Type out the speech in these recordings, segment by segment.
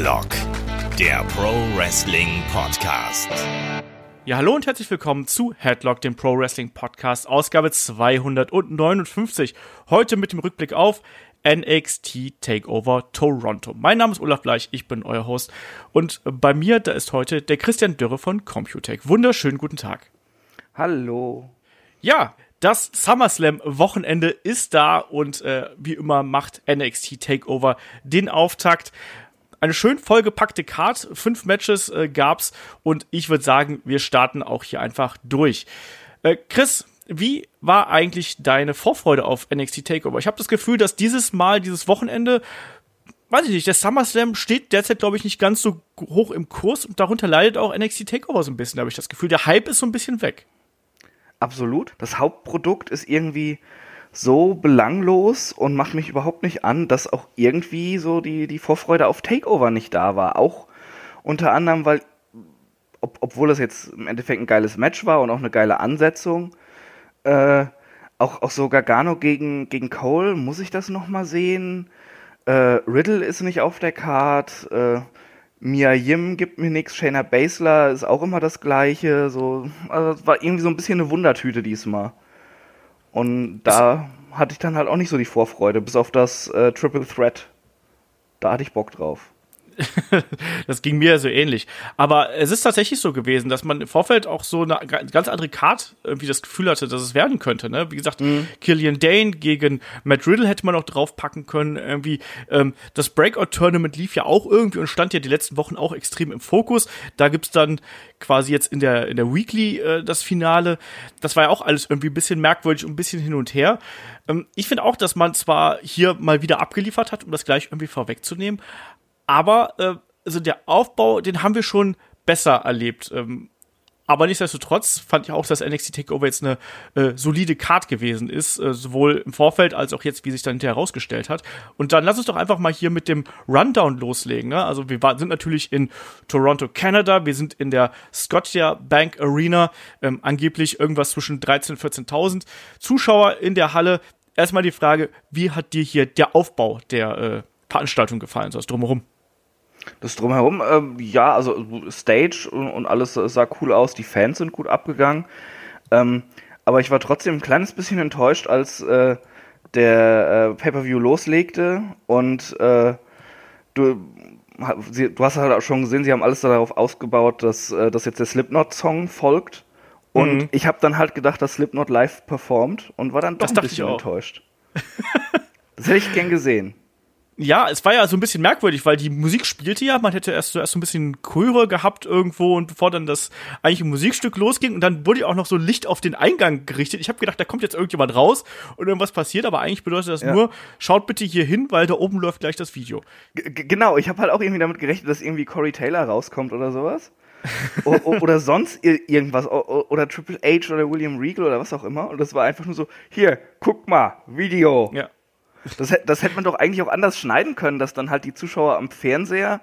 Headlock, der Pro Wrestling Podcast. Ja, hallo und herzlich willkommen zu Headlock, dem Pro Wrestling Podcast, Ausgabe 259. Heute mit dem Rückblick auf NXT Takeover Toronto. Mein Name ist Olaf Bleich, ich bin euer Host und bei mir, da ist heute der Christian Dürre von Computech. Wunderschönen guten Tag. Hallo. Ja, das SummerSlam-Wochenende ist da und wie immer macht NXT Takeover den Auftakt. Eine schön vollgepackte Card, 5 Matches gab's und ich würde sagen, wir starten auch hier einfach durch. Chris, wie war eigentlich deine Vorfreude auf NXT Takeover? Ich habe das Gefühl, dass dieses Wochenende, weiß ich nicht, der SummerSlam steht derzeit, glaube ich, nicht ganz so hoch im Kurs und darunter leidet auch NXT Takeover so ein bisschen, habe ich das Gefühl. Der Hype ist so ein bisschen weg. Absolut. Das Hauptprodukt ist irgendwie so belanglos und macht mich überhaupt nicht an, dass auch irgendwie so die Vorfreude auf Takeover nicht da war. Auch unter anderem, weil, obwohl das jetzt im Endeffekt ein geiles Match war und auch eine geile Ansetzung, auch so Gargano gegen Cole, muss ich das nochmal sehen? Riddle ist nicht auf der Card, Mia Yim gibt mir nichts, Shayna Baszler ist auch immer das Gleiche, so, also es war irgendwie so ein bisschen eine Wundertüte diesmal. Und da hatte ich dann halt auch nicht so die Vorfreude, bis auf das Triple Threat. Da hatte ich Bock drauf. Das ging mir so ähnlich. Aber es ist tatsächlich so gewesen, dass man im Vorfeld auch so eine ganz andere Card irgendwie das Gefühl hatte, dass es werden könnte. Ne? Wie gesagt, Killian Dane gegen Matt Riddle hätte man noch draufpacken können. Irgendwie das Breakout-Tournament lief ja auch irgendwie und stand ja die letzten Wochen auch extrem im Fokus. Da gibt's dann quasi jetzt in der Weekly das Finale. Das war ja auch alles irgendwie ein bisschen merkwürdig und ein bisschen hin und her. Ich finde auch, dass man zwar hier mal wieder abgeliefert hat, um das gleich irgendwie vorwegzunehmen, aber also der Aufbau, den haben wir schon besser erlebt. Aber nichtsdestotrotz fand ich auch, dass NXT Takeover jetzt eine solide Card gewesen ist, sowohl im Vorfeld als auch jetzt, wie sich dann hinterher herausgestellt hat. Und dann lass uns doch einfach mal hier mit dem Rundown loslegen. Ne? Also wir sind natürlich in Toronto, Canada. Wir sind in der Scotiabank Arena. Angeblich irgendwas zwischen 13.000 und 14.000 Zuschauer in der Halle. Erstmal die Frage, wie hat dir hier der Aufbau der Veranstaltung gefallen, so das Drumherum? Das Drumherum, ja, also Stage und alles sah cool aus, die Fans sind gut abgegangen, aber ich war trotzdem ein kleines bisschen enttäuscht, als der Pay-Per-View loslegte und du hast halt auch schon gesehen, sie haben alles darauf ausgebaut, dass jetzt der Slipknot-Song folgt und ich habe dann halt gedacht, dass Slipknot live performt und war dann doch ein bisschen enttäuscht. Das hätte ich gern gesehen. Ja, es war ja so ein bisschen merkwürdig, weil die Musik spielte ja, man hätte erst so ein bisschen Chöre gehabt irgendwo und bevor dann das eigentliche Musikstück losging und dann wurde ja auch noch so Licht auf den Eingang gerichtet. Ich habe gedacht, da kommt jetzt irgendjemand raus und irgendwas passiert, aber eigentlich bedeutet das nur, schaut bitte hier hin, weil da oben läuft gleich das Video. Genau, ich habe halt auch irgendwie damit gerechnet, dass irgendwie Corey Taylor rauskommt oder sowas. Oder sonst irgendwas, oder Triple H oder William Regal oder was auch immer und das war einfach nur so, hier, guck mal, Video. Ja. Das hätte man doch eigentlich auch anders schneiden können, dass dann halt die Zuschauer am Fernseher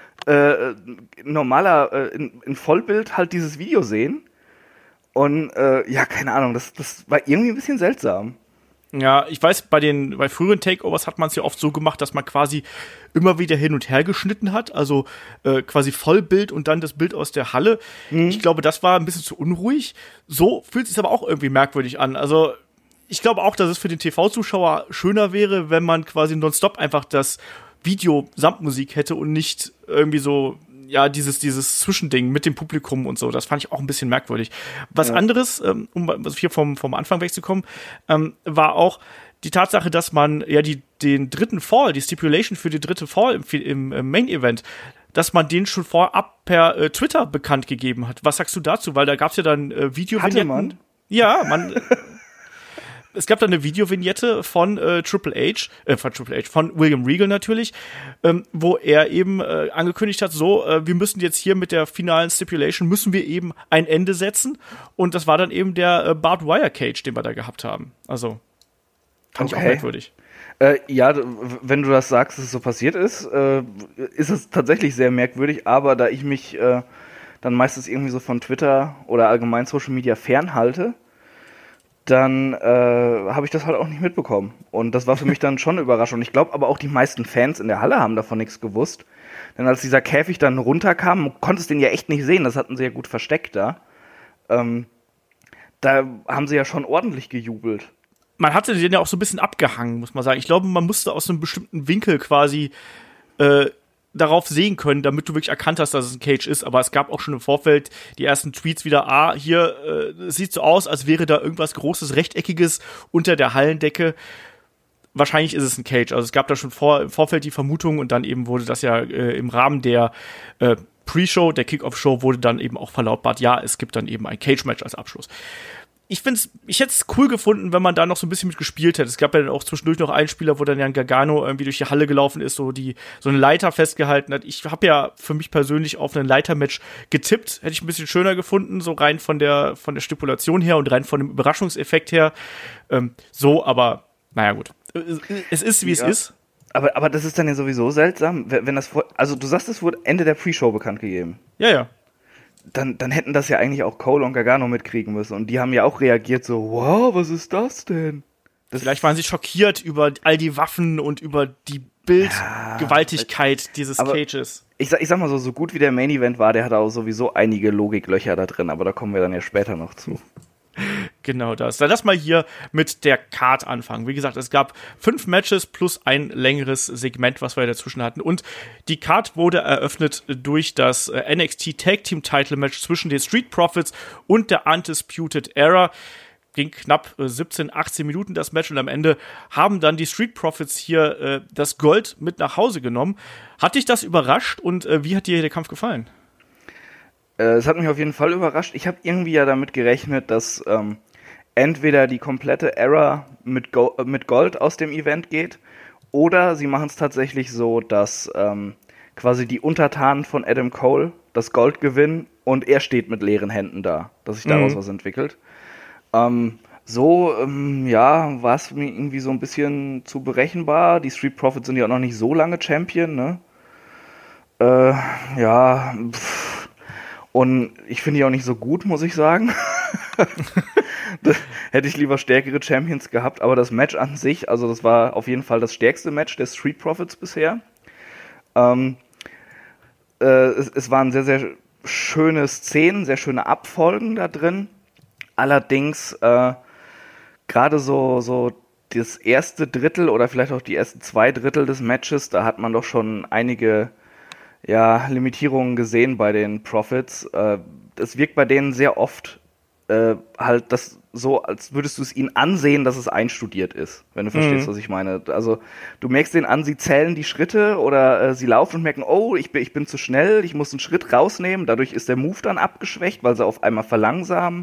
in Vollbild halt dieses Video sehen. Und ja, keine Ahnung, das war irgendwie ein bisschen seltsam. Ja, ich weiß, bei früheren Takeovers hat man es ja oft so gemacht, dass man quasi immer wieder hin und her geschnitten hat, also quasi Vollbild und dann das Bild aus der Halle. Ich glaube, das war ein bisschen zu unruhig. So fühlt es sich aber auch irgendwie merkwürdig an. Also ich glaube auch, dass es für den TV-Zuschauer schöner wäre, wenn man quasi nonstop einfach das Video samt Musik hätte und nicht irgendwie so, ja, dieses Zwischending mit dem Publikum und so. Das fand ich auch ein bisschen merkwürdig. Was anderes, um hier vom Anfang wegzukommen, war auch die Tatsache, dass man ja den dritten Fall, die Stipulation für den dritten Fall im Main-Event, dass man den schon vorab per Twitter bekannt gegeben hat. Was sagst du dazu? Weil da gab's ja dann Video-Vignetten. Hatte man? Ja, es gab da eine Videovignette von von William Regal natürlich, wo er eben angekündigt hat, wir müssen jetzt hier mit der finalen Stipulation, müssen wir eben ein Ende setzen. Und das war dann eben der Barbed Wire Cage, den wir da gehabt haben. Also, fand ich auch merkwürdig. Ja, wenn du das sagst, dass es so passiert ist es tatsächlich sehr merkwürdig, aber da ich mich dann meistens irgendwie so von Twitter oder allgemein Social Media fernhalte, dann habe ich das halt auch nicht mitbekommen. Und das war für mich dann schon eine Überraschung. Ich glaube aber auch die meisten Fans in der Halle haben davon nichts gewusst. Denn als dieser Käfig dann runterkam, du konntest den ja echt nicht sehen, das hatten sie ja gut versteckt da. Da haben sie ja schon ordentlich gejubelt. Man hatte den ja auch so ein bisschen abgehangen, muss man sagen. Ich glaube, man musste aus einem bestimmten Winkel quasi darauf sehen können, damit du wirklich erkannt hast, dass es ein Cage ist. Aber es gab auch schon im Vorfeld die ersten Tweets wieder, hier es sieht so aus, als wäre da irgendwas Großes, Rechteckiges unter der Hallendecke. Wahrscheinlich ist es ein Cage. Also es gab da schon im Vorfeld die Vermutung und dann eben wurde das ja im Rahmen der Pre-Show, der Kick-Off-Show wurde dann eben auch verlautbart, ja, es gibt dann eben ein Cage-Match als Abschluss. Ich hätte es cool gefunden, wenn man da noch so ein bisschen mit gespielt hätte. Es gab ja dann auch zwischendurch noch einen Spieler, wo dann Jan Gargano irgendwie durch die Halle gelaufen ist, so eine Leiter festgehalten hat. Ich habe ja für mich persönlich auf ein Leitermatch getippt. Hätte ich ein bisschen schöner gefunden, so rein von der Stipulation her und rein von dem Überraschungseffekt her. Aber naja, gut. Es ist, wie es ist. Aber das ist dann ja sowieso seltsam, wenn das also du sagst, es wurde Ende der Pre-Show bekannt gegeben. Ja. Dann hätten das ja eigentlich auch Cole und Gargano mitkriegen müssen. Und die haben ja auch reagiert so, wow, was ist das denn? Vielleicht waren sie schockiert über all die Waffen und über die Bildgewaltigkeit dieses Cages. Ich sag mal so gut wie der Main Event war, der hatte auch sowieso einige Logiklöcher da drin, aber da kommen wir dann ja später noch zu. Genau das. Dann lass mal hier mit der Card anfangen. Wie gesagt, es gab 5 Matches plus ein längeres Segment, was wir dazwischen hatten. Und die Card wurde eröffnet durch das NXT Tag Team Title Match zwischen den Street Profits und der Undisputed Era. Ging knapp 17, 18 Minuten das Match und am Ende haben dann die Street Profits hier das Gold mit nach Hause genommen. Hat dich das überrascht und wie hat dir der Kampf gefallen? Es hat mich auf jeden Fall überrascht. Ich habe irgendwie ja damit gerechnet, dass entweder die komplette Era mit Gold aus dem Event geht oder sie machen es tatsächlich so, dass quasi die Untertanen von Adam Cole das Gold gewinnen und er steht mit leeren Händen da, dass sich daraus was entwickelt. War es mir irgendwie so ein bisschen zu berechenbar. Die Street Profits sind ja auch noch nicht so lange Champion, ne? Und ich finde die auch nicht so gut, muss ich sagen. Da hätte ich lieber stärkere Champions gehabt, aber das Match an sich, also das war auf jeden Fall das stärkste Match der Street Profits bisher. Es waren sehr, sehr schöne Szenen, sehr schöne Abfolgen da drin. Allerdings gerade so das erste Drittel oder vielleicht auch die ersten 2 Drittel des Matches, da hat man doch schon einige Limitierungen gesehen bei den Profits. Es wirkt bei denen sehr oft halt das so, als würdest du es ihnen ansehen, dass es einstudiert ist, wenn du verstehst, was ich meine. Also du merkst denen an, sie zählen die Schritte oder sie laufen und merken, oh, ich bin zu schnell, ich muss einen Schritt rausnehmen. Dadurch ist der Move dann abgeschwächt, weil sie auf einmal verlangsamen.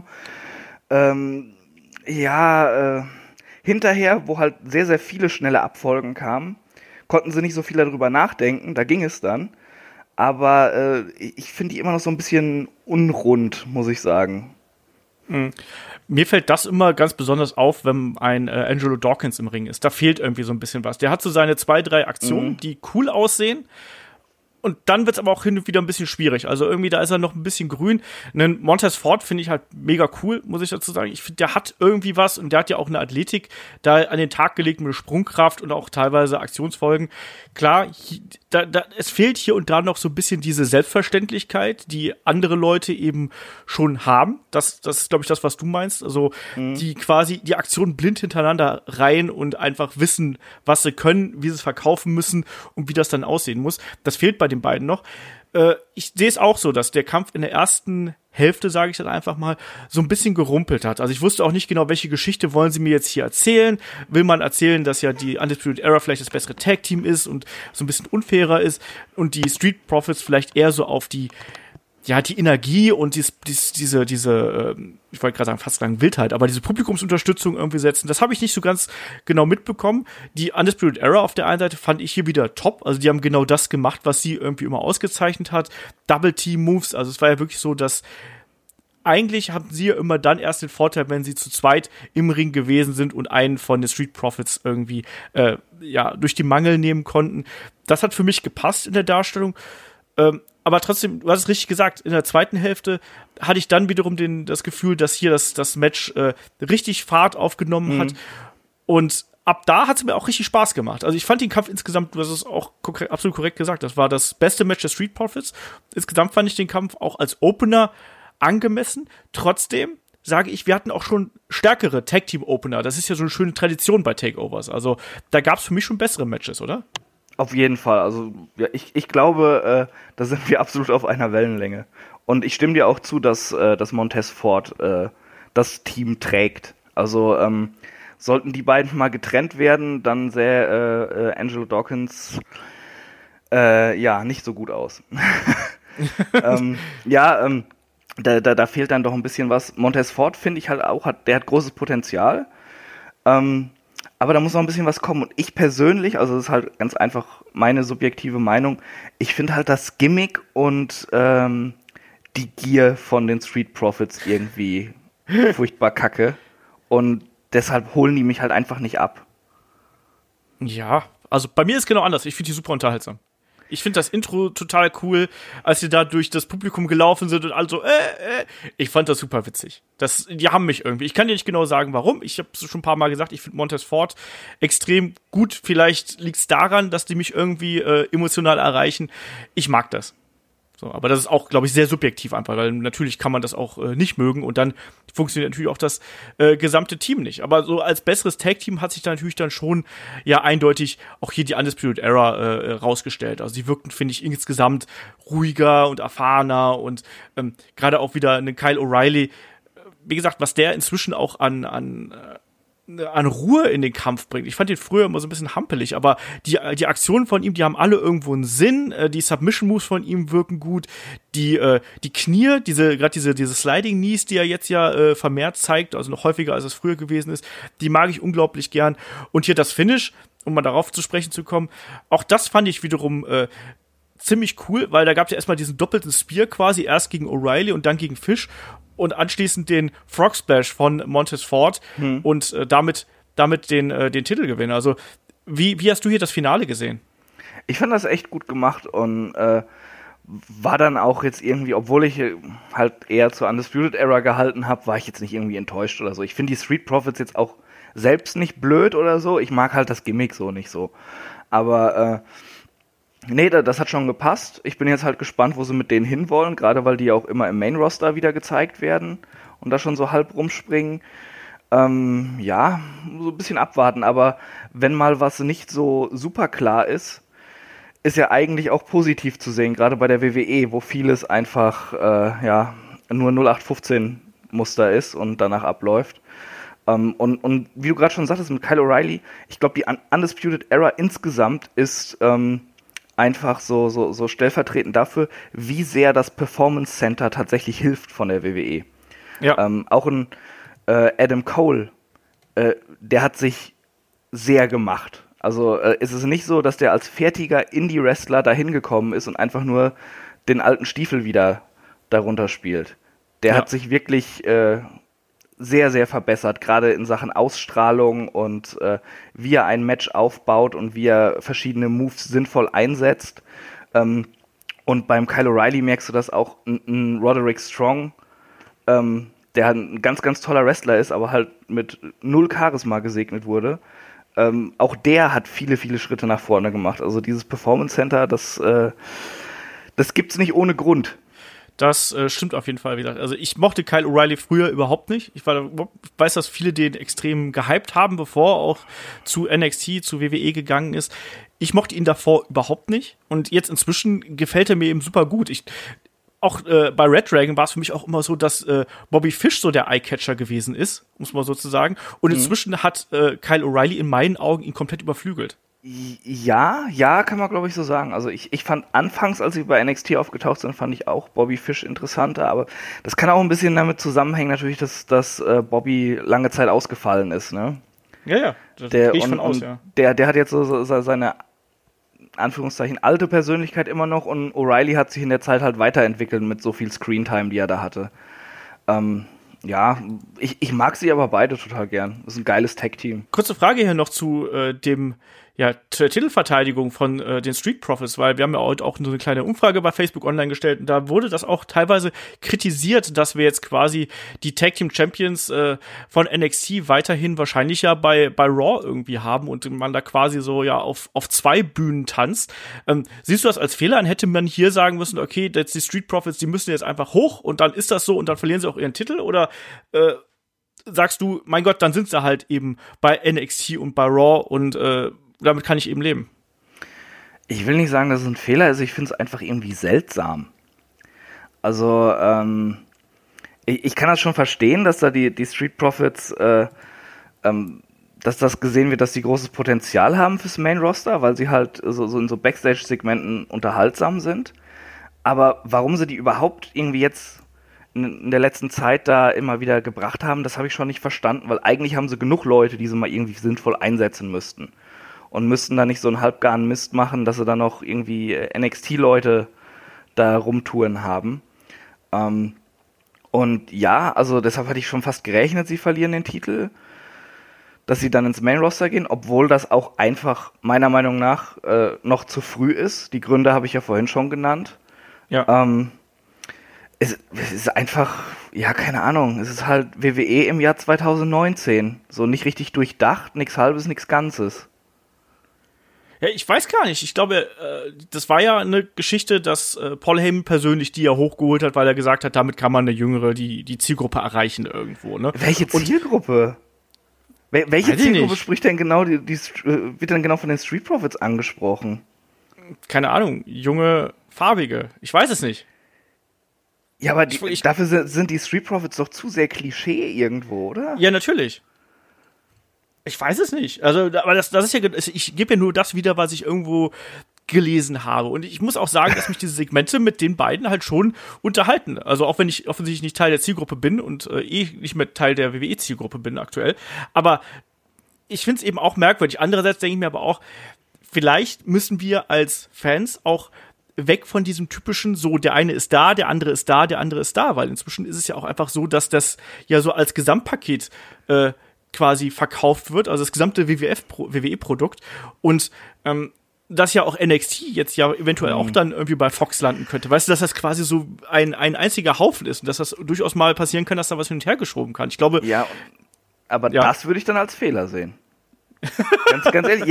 Hinterher, wo halt sehr, sehr viele schnelle Abfolgen kamen, konnten sie nicht so viel darüber nachdenken, da ging es dann. Aber ich finde die immer noch so ein bisschen unrund, muss ich sagen. Mir fällt das immer ganz besonders auf, wenn ein Angelo Dawkins im Ring ist. Da fehlt irgendwie so ein bisschen was. Der hat so seine 2, 3 Aktionen, die cool aussehen. Und dann wird's aber auch hin und wieder ein bisschen schwierig. Also irgendwie, da ist er noch ein bisschen grün. Einen Montez Ford finde ich halt mega cool, muss ich dazu sagen. Ich finde, der hat irgendwie was und der hat ja auch eine Athletik da an den Tag gelegt mit Sprungkraft und auch teilweise Aktionsfolgen. Klar, es fehlt hier und da noch so ein bisschen diese Selbstverständlichkeit, die andere Leute eben schon haben. Das ist, glaube ich, das, was du meinst. Also die quasi die Aktionen blind hintereinander reihen und einfach wissen, was sie können, wie sie es verkaufen müssen und wie das dann aussehen muss. Das fehlt bei den beiden noch. Ich sehe es auch so, dass der Kampf in der ersten Hälfte, sage ich dann einfach mal, so ein bisschen gerumpelt hat. Also ich wusste auch nicht genau, welche Geschichte wollen sie mir jetzt hier erzählen. Will man erzählen, dass ja die Undisputed Era vielleicht das bessere Tag-Team ist und so ein bisschen unfairer ist und die Street Profits vielleicht eher so auf die Energie und diese, ich wollte gerade sagen, fast sagen Wildheit, aber diese Publikumsunterstützung irgendwie setzen, das habe ich nicht so ganz genau mitbekommen. Die Undisputed Era auf der einen Seite fand ich hier wieder top, also die haben genau das gemacht, was sie irgendwie immer ausgezeichnet hat. Double-Team-Moves, also es war ja wirklich so, dass eigentlich hatten sie ja immer dann erst den Vorteil, wenn sie zu zweit im Ring gewesen sind und einen von den Street Profits irgendwie durch die Mangel nehmen konnten. Das hat für mich gepasst in der Darstellung. Aber trotzdem, du hast es richtig gesagt, in der zweiten Hälfte hatte ich dann wiederum das Gefühl, dass hier das Match richtig Fahrt aufgenommen hat. Und ab da hat es mir auch richtig Spaß gemacht. Also ich fand den Kampf insgesamt, du hast es auch absolut korrekt gesagt, das war das beste Match der Street Profits. Insgesamt fand ich den Kampf auch als Opener angemessen. Trotzdem sage ich, wir hatten auch schon stärkere Tag-Team-Opener. Das ist ja so eine schöne Tradition bei Takeovers. Also da gab es für mich schon bessere Matches, oder? Auf jeden Fall. Also ja, ich glaube, da sind wir absolut auf einer Wellenlänge. Und ich stimme dir auch zu, dass Montez Ford das Team trägt. Also sollten die beiden mal getrennt werden, dann sähe Angelo Dawkins nicht so gut aus. Da fehlt dann doch ein bisschen was. Montez Ford finde ich halt auch, der hat großes Potenzial. Aber da muss noch ein bisschen was kommen. Und ich persönlich, also das ist halt ganz einfach meine subjektive Meinung, ich finde halt das Gimmick und die Gier von den Street Profits irgendwie furchtbar kacke. Und deshalb holen die mich halt einfach nicht ab. Ja, also bei mir ist genau anders. Ich finde die super unterhaltsam. Ich finde das Intro total cool, als sie da durch das Publikum gelaufen sind und alle so, Ich fand das super witzig. Die haben mich irgendwie. Ich kann dir nicht genau sagen, warum. Ich habe es schon ein paar Mal gesagt, ich finde Montez Ford extrem gut. Vielleicht liegt es daran, dass die mich irgendwie emotional erreichen. Ich mag das. So, aber das ist auch, glaube ich, sehr subjektiv einfach, weil natürlich kann man das auch nicht mögen und dann funktioniert natürlich auch das gesamte Team nicht. Aber so als besseres Tag-Team hat sich da natürlich dann schon ja eindeutig auch hier die Undisputed Era rausgestellt. Also die wirkten, finde ich, insgesamt ruhiger und erfahrener und gerade auch wieder eine Kyle O'Reilly, wie gesagt, was der inzwischen auch an Ruhe in den Kampf bringt. Ich fand den früher immer so ein bisschen hampelig, aber die Aktionen von ihm, die haben alle irgendwo einen Sinn. Die Submission-Moves von ihm wirken gut. Die Knie, diese Sliding Knees, die er jetzt ja vermehrt zeigt, also noch häufiger als es früher gewesen ist, die mag ich unglaublich gern. Und hier das Finish, um mal darauf zu sprechen zu kommen, auch das fand ich wiederum ziemlich cool, weil da gab es ja erstmal diesen doppelten Spear quasi, erst gegen O'Reilly und dann gegen Fish und anschließend den Frog Splash von Montez Ford und damit den Titelgewinn. Also wie hast du hier das Finale gesehen? Ich fand das echt gut gemacht und war dann auch jetzt irgendwie, obwohl ich halt eher zur Undisputed Era gehalten habe, war ich jetzt nicht irgendwie enttäuscht oder so. Ich finde die Street Profits jetzt auch selbst nicht blöd oder so. Ich mag halt das Gimmick so nicht so. Aber nee, das hat schon gepasst. Ich bin jetzt halt gespannt, wo sie mit denen hinwollen, gerade weil die ja auch immer im Main-Roster wieder gezeigt werden und da schon so halb rumspringen. So ein bisschen abwarten, aber wenn mal was nicht so super klar ist ja eigentlich auch positiv zu sehen, gerade bei der WWE, wo vieles einfach nur 0815 Muster ist und danach abläuft. Und wie du gerade schon sagtest mit Kyle O'Reilly, ich glaube, die Undisputed Era insgesamt ist einfach so stellvertretend dafür, wie sehr das Performance Center tatsächlich hilft von der WWE. Ja. Auch ein Adam Cole, der hat sich sehr gemacht. Also es ist nicht so, dass der als fertiger Indie-Wrestler dahin gekommen ist und einfach nur den alten Stiefel wieder darunter spielt. Der hat sich wirklich sehr, sehr verbessert, gerade in Sachen Ausstrahlung und wie er ein Match aufbaut und wie er verschiedene Moves sinnvoll einsetzt. Und beim Kyle O'Reilly merkst du, dass auch ein Roderick Strong, der ein ganz, ganz toller Wrestler ist, aber halt mit 0 Charisma gesegnet wurde. Auch der hat viele, viele Schritte nach vorne gemacht. Also dieses Performance Center, das gibt's nicht ohne Grund. Das stimmt auf jeden Fall wieder. Also ich mochte Kyle O'Reilly früher überhaupt nicht. Ich weiß, dass viele den extrem gehypt haben, bevor er auch zu NXT, zu WWE gegangen ist. Ich mochte ihn davor überhaupt nicht. Und jetzt inzwischen gefällt er mir eben super gut. Auch bei Red Dragon war es für mich auch immer so, dass Bobby Fish so der Eyecatcher gewesen ist, muss man sozusagen. Und inzwischen hat Kyle O'Reilly in meinen Augen ihn komplett überflügelt. Ja, kann man glaube ich so sagen. Also ich fand anfangs, als sie bei NXT aufgetaucht sind, fand ich auch Bobby Fish interessanter, aber das kann auch ein bisschen damit zusammenhängen natürlich, dass Bobby lange Zeit ausgefallen ist, ne? Ja, das gehe ich von aus, ja. Der hat jetzt so seine Anführungszeichen alte Persönlichkeit immer noch und O'Reilly hat sich in der Zeit halt weiterentwickelt mit so viel Screentime, die er da hatte. Ich mag sie aber beide total gern. Das ist ein geiles Tag-Team. Kurze Frage hier noch zu dem Titelverteidigung von den Street Profits, weil wir haben ja heute auch so eine kleine Umfrage bei Facebook online gestellt und da wurde das auch teilweise kritisiert, dass wir jetzt quasi die Tag Team Champions von NXT weiterhin wahrscheinlich ja bei Raw irgendwie haben und man da quasi so ja auf zwei Bühnen tanzt. Siehst du das als Fehler? Dann hätte man hier sagen müssen, okay, jetzt die Street Profits, die müssen jetzt einfach hoch und dann ist das so und dann verlieren sie auch ihren Titel, oder sagst du, mein Gott, dann sind sie halt eben bei NXT und bei Raw und damit kann ich eben leben. Ich will nicht sagen, dass es ein Fehler ist, ich finde es einfach irgendwie seltsam. Also, ich kann das schon verstehen, dass da die Street Profits, dass das gesehen wird, dass sie großes Potenzial haben fürs Main Roster, weil sie halt so in so Backstage-Segmenten unterhaltsam sind. Aber warum sie die überhaupt irgendwie jetzt in der letzten Zeit da immer wieder gebracht haben, das habe ich schon nicht verstanden, weil eigentlich haben sie genug Leute, die sie mal irgendwie sinnvoll einsetzen müssten. Und müssten da nicht so einen halbgaren Mist machen, dass sie dann noch irgendwie NXT-Leute da rumtouren haben. Und ja, also deshalb hatte ich schon fast gerechnet, sie verlieren den Titel, dass sie dann ins Main-Roster gehen, obwohl das auch einfach meiner Meinung nach noch zu früh ist. Die Gründe habe ich ja vorhin schon genannt. Ja. Es ist einfach, ja, keine Ahnung, es ist halt WWE im Jahr 2019. So nicht richtig durchdacht, nichts Halbes, nichts Ganzes. Ja, ich weiß gar nicht. Ich glaube, das war ja eine Geschichte, dass Paul Heyman persönlich die ja hochgeholt hat, weil er gesagt hat, damit kann man eine Jüngere, die Zielgruppe erreichen irgendwo. Ne? Welche Zielgruppe? Welche Zielgruppe spricht denn genau, wird denn genau von den Street Profits angesprochen? Keine Ahnung, junge, farbige. Ich weiß es nicht. Ja, aber dafür sind die Street Profits doch zu sehr Klischee irgendwo, oder? Ja, natürlich. Ich weiß es nicht. Also, aber das ist ja, ich gebe ja nur das wieder, was ich irgendwo gelesen habe. Und ich muss auch sagen, dass mich diese Segmente mit den beiden halt schon unterhalten. Also auch wenn ich offensichtlich nicht Teil der Zielgruppe bin und nicht mehr Teil der WWE-Zielgruppe bin aktuell. Aber ich finde es eben auch merkwürdig. Andererseits denke ich mir aber auch, vielleicht müssen wir als Fans auch weg von diesem typischen, so der eine ist da, der andere ist da, der andere ist da. Weil inzwischen ist es ja auch einfach so, dass das ja so als Gesamtpaket quasi verkauft wird, also das gesamte WWE-Produkt und dass ja auch NXT jetzt ja eventuell auch dann irgendwie bei Fox landen könnte. Weißt du, dass das quasi so ein einziger Haufen ist und dass das durchaus mal passieren kann, dass da was hin und her geschoben kann. Ich glaube... Ja, aber das würde ich dann als Fehler sehen. Ganz ehrlich,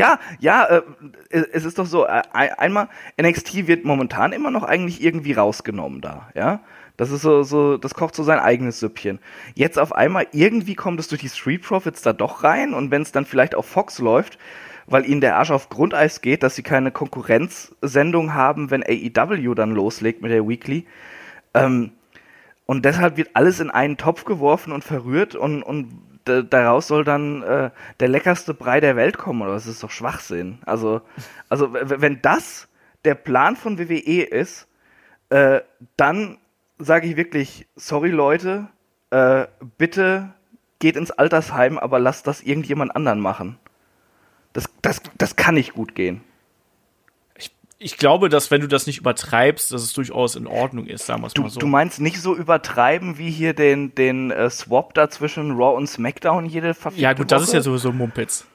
es ist doch so, einmal, NXT wird momentan immer noch eigentlich irgendwie rausgenommen da, ja. Das ist so, das kocht so sein eigenes Süppchen. Jetzt auf einmal, irgendwie kommt es durch die Street Profits da doch rein und wenn es dann vielleicht auf Fox läuft, weil ihnen der Arsch auf Grundeis geht, dass sie keine Konkurrenzsendung haben, wenn AEW dann loslegt mit der Weekly. Und deshalb wird alles in einen Topf geworfen und verrührt und daraus soll dann der leckerste Brei der Welt kommen, oder das ist doch Schwachsinn. Also wenn das der Plan von WWE ist, dann sage ich wirklich, sorry Leute, bitte geht ins Altersheim, aber lasst das irgendjemand anderen machen. Das kann nicht gut gehen. Ich glaube, dass wenn du das nicht übertreibst, dass es durchaus in Ordnung ist, sagen wir es mal so. Du meinst nicht so übertreiben wie hier den Swap da zwischen Raw und SmackDown jede verfickte Ja gut, das Woche? Ist ja sowieso Mumpitz.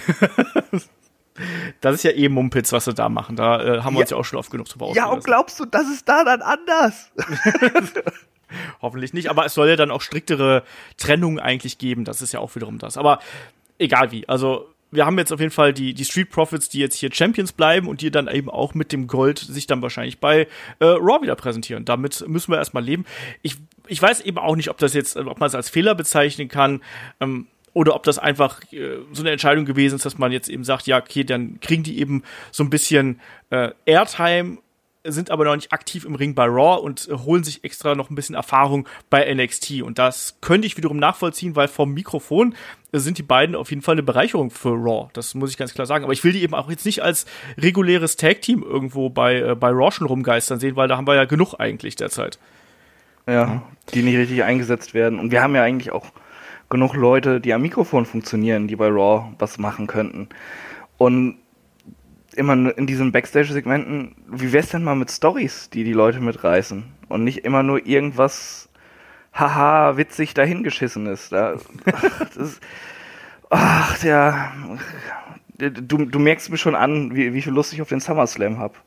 Das ist ja eh Mumpitz, was sie da machen. Da haben wir uns ja auch schon oft genug drüber ausgelassen. Ja, und glaubst du, das ist da dann anders? Hoffentlich nicht, aber es soll ja dann auch striktere Trennungen eigentlich geben. Das ist ja auch wiederum das. Aber egal wie, also wir haben jetzt auf jeden Fall die Street Profits, die jetzt hier Champions bleiben und die dann eben auch mit dem Gold sich dann wahrscheinlich bei Raw wieder präsentieren. Damit müssen wir erstmal leben. Ich weiß eben auch nicht, ob man es als Fehler bezeichnen kann, oder ob das einfach so eine Entscheidung gewesen ist, dass man jetzt eben sagt, ja, okay, dann kriegen die eben so ein bisschen Airtime, sind aber noch nicht aktiv im Ring bei Raw und holen sich extra noch ein bisschen Erfahrung bei NXT. Und das könnte ich wiederum nachvollziehen, weil vom Mikrofon sind die beiden auf jeden Fall eine Bereicherung für Raw. Das muss ich ganz klar sagen. Aber ich will die eben auch jetzt nicht als reguläres Tag-Team irgendwo bei Raw schon rumgeistern sehen, weil da haben wir ja genug eigentlich derzeit. Ja, die nicht richtig eingesetzt werden. Und wir haben ja eigentlich auch genug Leute, die am Mikrofon funktionieren, die bei Raw was machen könnten. Und immer in diesen Backstage-Segmenten, wie wär's denn mal mit Storys, die Leute mitreißen? Und nicht immer nur irgendwas, haha, witzig dahingeschissen ist. Du merkst mir schon an, wie viel Lust ich auf den SummerSlam habe.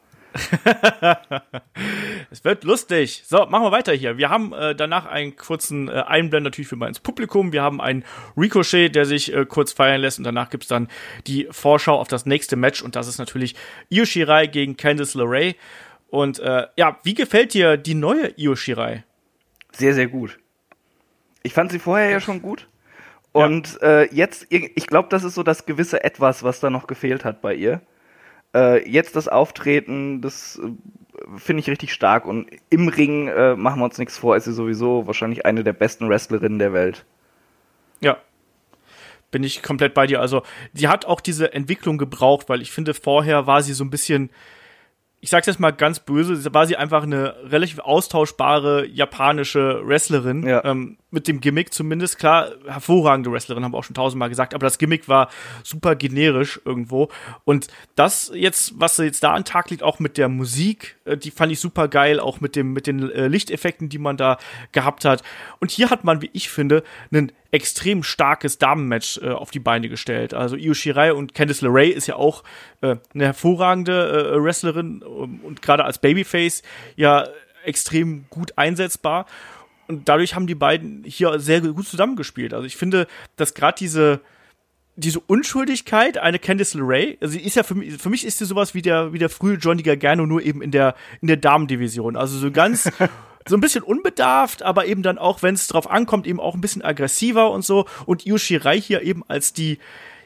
Es wird lustig. So, machen wir weiter hier. Wir haben danach einen kurzen Einblend natürlich für mal ins Publikum. Wir haben einen Ricochet, der sich kurz feiern lässt. Und danach gibt's dann die Vorschau auf das nächste Match. Und das ist natürlich Io Shirai gegen Candice LeRae. Und wie gefällt dir die neue Io Shirai? Sehr, sehr gut. Ich fand sie vorher ja schon gut. Und jetzt, ich glaube, das ist so das gewisse Etwas, was da noch gefehlt hat bei ihr. Jetzt das Auftreten, das finde ich richtig stark. Und im Ring, machen wir uns nichts vor, ist sie sowieso wahrscheinlich eine der besten Wrestlerinnen der Welt. Ja, bin ich komplett bei dir. Also, sie hat auch diese Entwicklung gebraucht, weil ich finde, vorher war sie so ein bisschen, ich sag's jetzt mal ganz böse, war sie einfach eine relativ austauschbare japanische Wrestlerin, mit dem Gimmick zumindest. Klar, hervorragende Wrestlerin, haben wir auch schon tausendmal gesagt, aber das Gimmick war super generisch irgendwo. Und das jetzt, was jetzt da an den Tag liegt, auch mit der Musik, die fand ich super geil, auch mit den Lichteffekten, die man da gehabt hat. Und hier hat man, wie ich finde, einen extrem starkes Damenmatch auf die Beine gestellt. Also Io Shirai und Candice LeRae ist ja auch eine hervorragende Wrestlerin und gerade als Babyface ja extrem gut einsetzbar. Und dadurch haben die beiden hier sehr gut zusammengespielt. Also ich finde, dass gerade diese Unschuldigkeit, eine Candice LeRae, also sie ist ja für mich ist sie sowas wie der frühe Johnny Gargano, nur eben in der Damendivision. Also so ganz so ein bisschen unbedarft, aber eben dann auch, wenn es drauf ankommt, eben auch ein bisschen aggressiver und so. Und Io Shirai hier eben als die,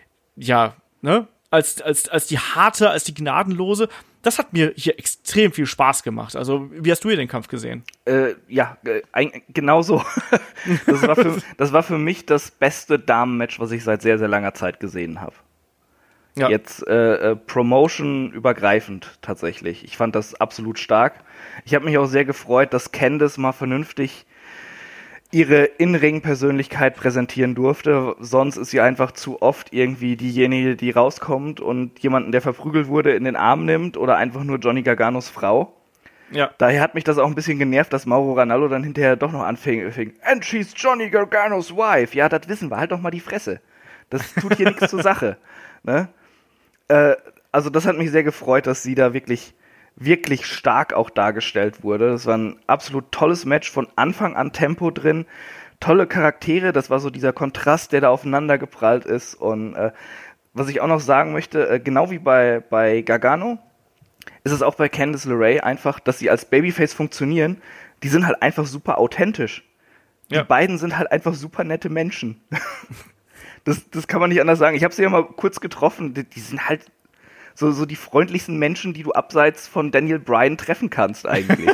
als die harte, als die gnadenlose. Das hat mir hier extrem viel Spaß gemacht. Also, wie hast du hier den Kampf gesehen? Genau so. Das war für mich das beste Damenmatch, was ich seit sehr, sehr langer Zeit gesehen habe. Ja. Jetzt Promotion übergreifend tatsächlich. Ich fand das absolut stark. Ich habe mich auch sehr gefreut, dass Candice mal vernünftig ihre In-Ring-Persönlichkeit präsentieren durfte. Sonst ist sie einfach zu oft irgendwie diejenige, die rauskommt und jemanden, der verprügelt wurde, in den Arm nimmt oder einfach nur Johnny Garganos Frau. Ja. Daher hat mich das auch ein bisschen genervt, dass Mauro Ranallo dann hinterher doch noch anfing. And she's Johnny Garganos wife. Ja, das wissen wir. Halt doch mal die Fresse. Das tut hier nichts zur Sache. Ne? Also das hat mich sehr gefreut, dass sie da wirklich stark auch dargestellt wurde. Das war ein absolut tolles Match, von Anfang an Tempo drin, tolle Charaktere, das war so dieser Kontrast, der da aufeinander geprallt ist. Und was ich auch noch sagen möchte, genau wie bei Gargano, ist es auch bei Candice LeRae einfach, dass sie als Babyface funktionieren, die sind halt einfach super authentisch. Die beiden sind halt einfach super nette Menschen. Das kann man nicht anders sagen. Ich habe sie ja mal kurz getroffen, die sind halt so die freundlichsten Menschen, die du abseits von Daniel Bryan treffen kannst eigentlich.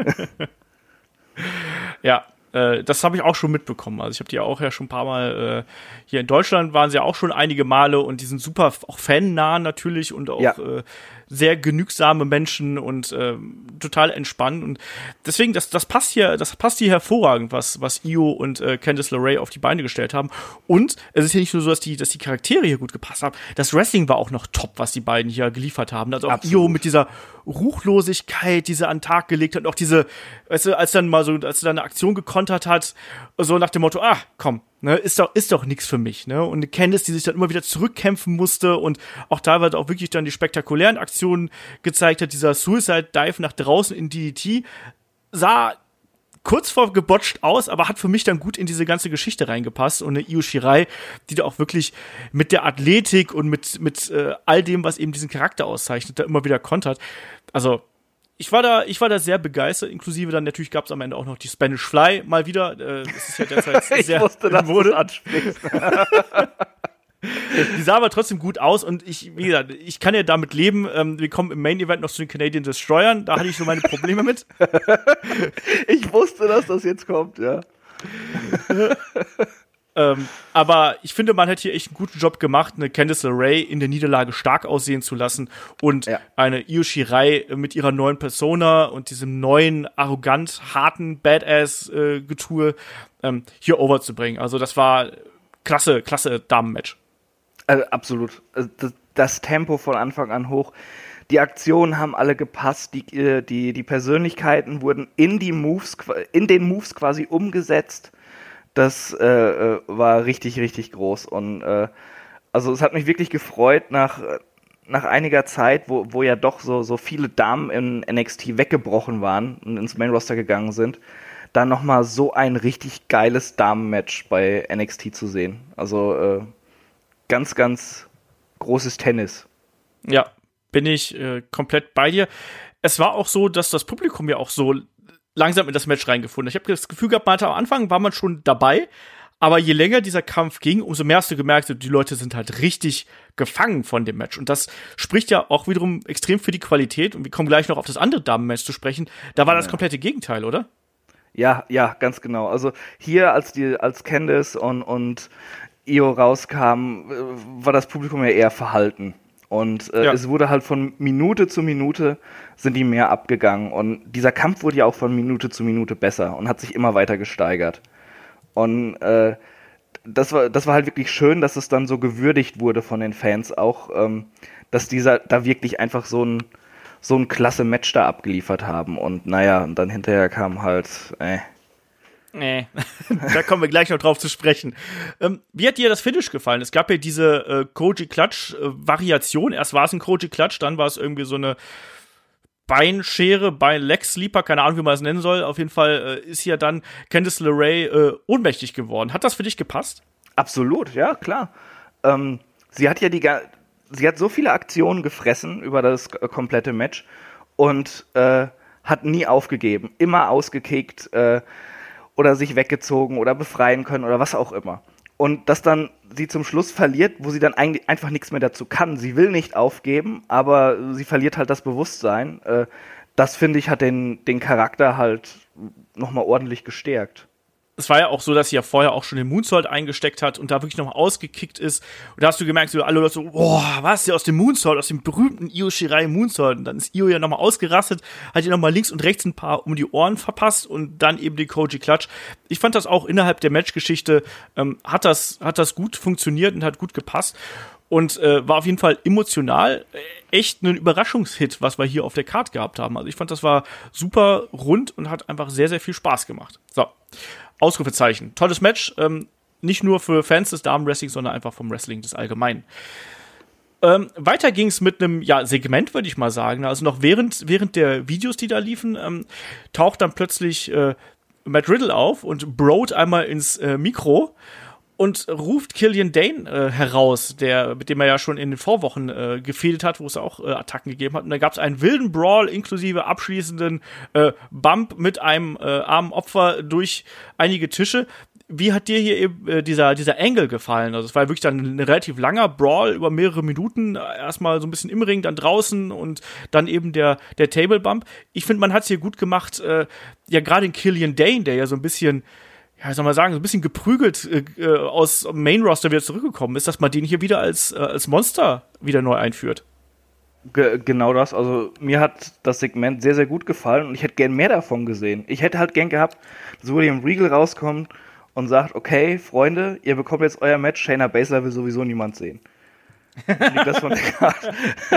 Ja, das habe ich auch schon mitbekommen. Also ich habe die auch ja schon ein paar Mal hier in Deutschland waren sie ja auch schon einige Male und die sind super auch fannah natürlich und auch sehr genügsame Menschen und total entspannt und deswegen das passt hier hervorragend, was Io und Candice LeRae auf die Beine gestellt haben. Und es ist ja nicht nur so, dass die Charaktere hier gut gepasst haben. Das Wrestling war auch noch top, was die beiden hier geliefert haben. Also auch Io mit dieser Ruchlosigkeit, die sie an den Tag gelegt hat, und auch diese, weißt du, als sie dann eine Aktion gekontert hat, so nach dem Motto, komm, ne, ist doch nix für mich, ne? Und eine Candice, die sich dann immer wieder zurückkämpfen musste und auch teilweise auch wirklich dann die spektakulären Aktionen gezeigt hat. Dieser Suicide Dive nach draußen in DDT sah kurz vor gebotcht aus, aber hat für mich dann gut in diese ganze Geschichte reingepasst. Und eine Io Shirai, die da auch wirklich mit der Athletik und mit all dem, was eben diesen Charakter auszeichnet, da immer wieder kontert. Also ich war da sehr begeistert, inklusive dann natürlich gab es am Ende auch noch die Spanish Fly mal wieder. Das ist ja derzeit sehr ich wusste, dass du das ansprichst. Die sah aber trotzdem gut aus und wie gesagt, ich kann ja damit leben. Wir kommen im Main Event noch zu den Canadian Destroyern, da hatte ich so meine Probleme mit. Ich wusste, dass das jetzt kommt, ja. Aber ich finde, man hat hier echt einen guten Job gemacht, eine Candice LeRae in der Niederlage stark aussehen zu lassen und eine Io Shirai mit ihrer neuen Persona und diesem neuen, arrogant, harten Badass-Getue hier overzubringen. Also das war klasse Damenmatch. Also absolut. Also das Tempo von Anfang an hoch. Die Aktionen haben alle gepasst. Die Persönlichkeiten wurden in den Moves quasi umgesetzt. Das war richtig, richtig groß. Und Also es hat mich wirklich gefreut nach einiger Zeit, wo ja doch so viele Damen in NXT weggebrochen waren und ins Main Roster gegangen sind, dann nochmal so ein richtig geiles Damen-Match bei NXT zu sehen. Also ganz, ganz großes Tennis. Ja, bin ich komplett bei dir. Es war auch so, dass das Publikum ja auch so langsam in das Match reingefunden hat. Ich habe das Gefühl gehabt, am Anfang war man schon dabei, aber je länger dieser Kampf ging, umso mehr hast du gemerkt, die Leute sind halt richtig gefangen von dem Match. Und das spricht ja auch wiederum extrem für die Qualität. Und wir kommen gleich noch auf das andere Damen-Match zu sprechen. Da war das komplette Gegenteil, oder? Ja, ganz genau. Also hier, als Candice und Io rauskamen, war das Publikum ja eher verhalten. Und es wurde halt von Minute zu Minute sind die mehr abgegangen. Und dieser Kampf wurde ja auch von Minute zu Minute besser und hat sich immer weiter gesteigert. Und das war halt wirklich schön, dass es dann so gewürdigt wurde von den Fans auch, dass dieser da wirklich einfach so ein klasse Match da abgeliefert haben. Und naja, und dann hinterher kam halt, Da kommen wir gleich noch drauf zu sprechen. Wie hat dir das Finish gefallen? Es gab ja diese Koji Clutch Variation. Erst war es ein Koji Clutch, dann war es irgendwie so eine Beinschere, Leg Sleeper, keine Ahnung, wie man es nennen soll. Auf jeden Fall ist ja dann Candice LeRae ohnmächtig geworden. Hat das für dich gepasst? Absolut, ja, klar. Sie hat so viele Aktionen gefressen über das komplette Match und hat nie aufgegeben, immer ausgekickt oder sich weggezogen oder befreien können oder was auch immer. Und dass dann sie zum Schluss verliert, wo sie dann eigentlich einfach nichts mehr dazu kann. Sie will nicht aufgeben, aber sie verliert halt das Bewusstsein. Das, finde ich, hat den Charakter halt nochmal ordentlich gestärkt. Es war ja auch so, dass sie ja vorher auch schon den Moonsault eingesteckt hat und da wirklich nochmal ausgekickt ist. Und da hast du gemerkt, so alle Leute so, boah, was, der aus dem Moonsault, aus dem berühmten Io Shirai Moonsault. Und dann ist Io ja nochmal ausgerastet, hat ihr nochmal links und rechts ein paar um die Ohren verpasst und dann eben die Koji Clutch. Ich fand das auch innerhalb der Matchgeschichte, hat das gut funktioniert und hat gut gepasst. Und war auf jeden Fall emotional echt ein Überraschungshit, was wir hier auf der Card gehabt haben. Also ich fand, das war super rund und hat einfach sehr, sehr viel Spaß gemacht. So, Ausrufezeichen. Tolles Match, nicht nur für Fans des Damenwrestlings, sondern einfach vom Wrestling des Allgemeinen. Weiter ging es mit einem Segment, würde ich mal sagen. Also noch während der Videos, die da liefen, taucht dann plötzlich Matt Riddle auf und brot einmal ins Mikro und ruft Killian Dane heraus, mit dem er ja schon in den Vorwochen gefehlt hat, wo es auch Attacken gegeben hat. Und da gab es einen wilden Brawl inklusive abschließenden Bump mit einem armen Opfer durch einige Tische. Wie hat dir hier eben dieser Angle gefallen? Also es war wirklich dann ein relativ langer Brawl über mehrere Minuten. Erstmal so ein bisschen im Ring, dann draußen und dann eben der Table Bump. Ich finde, man hat es hier gut gemacht. Ja, gerade in Killian Dane, der ja so ein bisschen, ja, soll man sagen, so ein bisschen geprügelt aus dem Main Roster wieder zurückgekommen ist, dass man den hier wieder als Monster wieder neu einführt. Genau das. Also mir hat das Segment sehr, sehr gut gefallen und ich hätte gern mehr davon gesehen. Ich hätte halt gern gehabt, dass William Regal rauskommt und sagt, okay, Freunde, ihr bekommt jetzt euer Match, Shayna Baszler will sowieso niemand sehen. Liegt das von der Karte?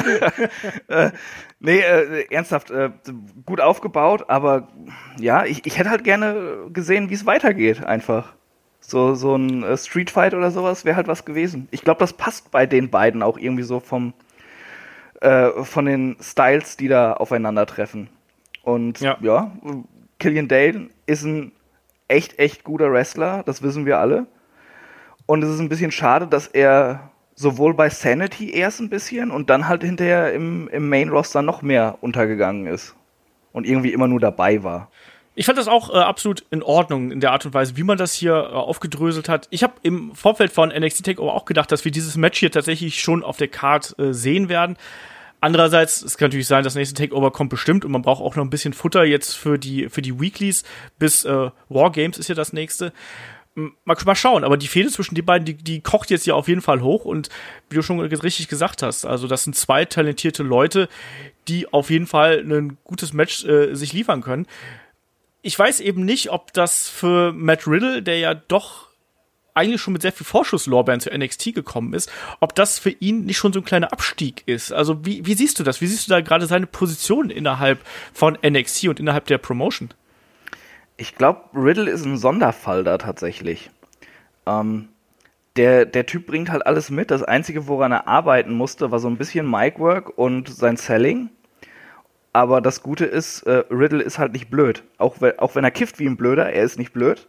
Ernsthaft, gut aufgebaut, aber ja, ich hätte halt gerne gesehen, wie es weitergeht, einfach. So ein Streetfight oder sowas wäre halt was gewesen. Ich glaube, das passt bei den beiden auch irgendwie so von den Styles, die da aufeinandertreffen. Und ja, Killian Dane ist ein echt guter Wrestler, das wissen wir alle. Und es ist ein bisschen schade, dass er sowohl bei Sanity erst ein bisschen und dann halt hinterher im Main-Roster noch mehr untergegangen ist. Und irgendwie immer nur dabei war. Ich fand das auch absolut in Ordnung in der Art und Weise, wie man das hier aufgedröselt hat. Ich habe im Vorfeld von NXT TakeOver auch gedacht, dass wir dieses Match hier tatsächlich schon auf der Card sehen werden. Andererseits, es kann natürlich sein, das nächste Takeover kommt bestimmt und man braucht auch noch ein bisschen Futter jetzt für die Weeklies, bis Wargames ist ja das nächste. Mal schauen, aber die Fehde zwischen den beiden, die kocht jetzt ja auf jeden Fall hoch und wie du schon richtig gesagt hast, also das sind zwei talentierte Leute, die auf jeden Fall ein gutes Match sich liefern können. Ich weiß eben nicht, ob das für Matt Riddle, der ja doch eigentlich schon mit sehr viel Vorschusslorbeeren zu NXT gekommen ist, ob das für ihn nicht schon so ein kleiner Abstieg ist. Also wie siehst du das? Wie siehst du da gerade seine Position innerhalb von NXT und innerhalb der Promotion? Ich glaube, Riddle ist ein Sonderfall da tatsächlich. Der Typ bringt halt alles mit. Das Einzige, woran er arbeiten musste, war so ein bisschen Micwork und sein Selling. Aber das Gute ist, Riddle ist halt nicht blöd. Auch wenn er kifft wie ein Blöder, er ist nicht blöd.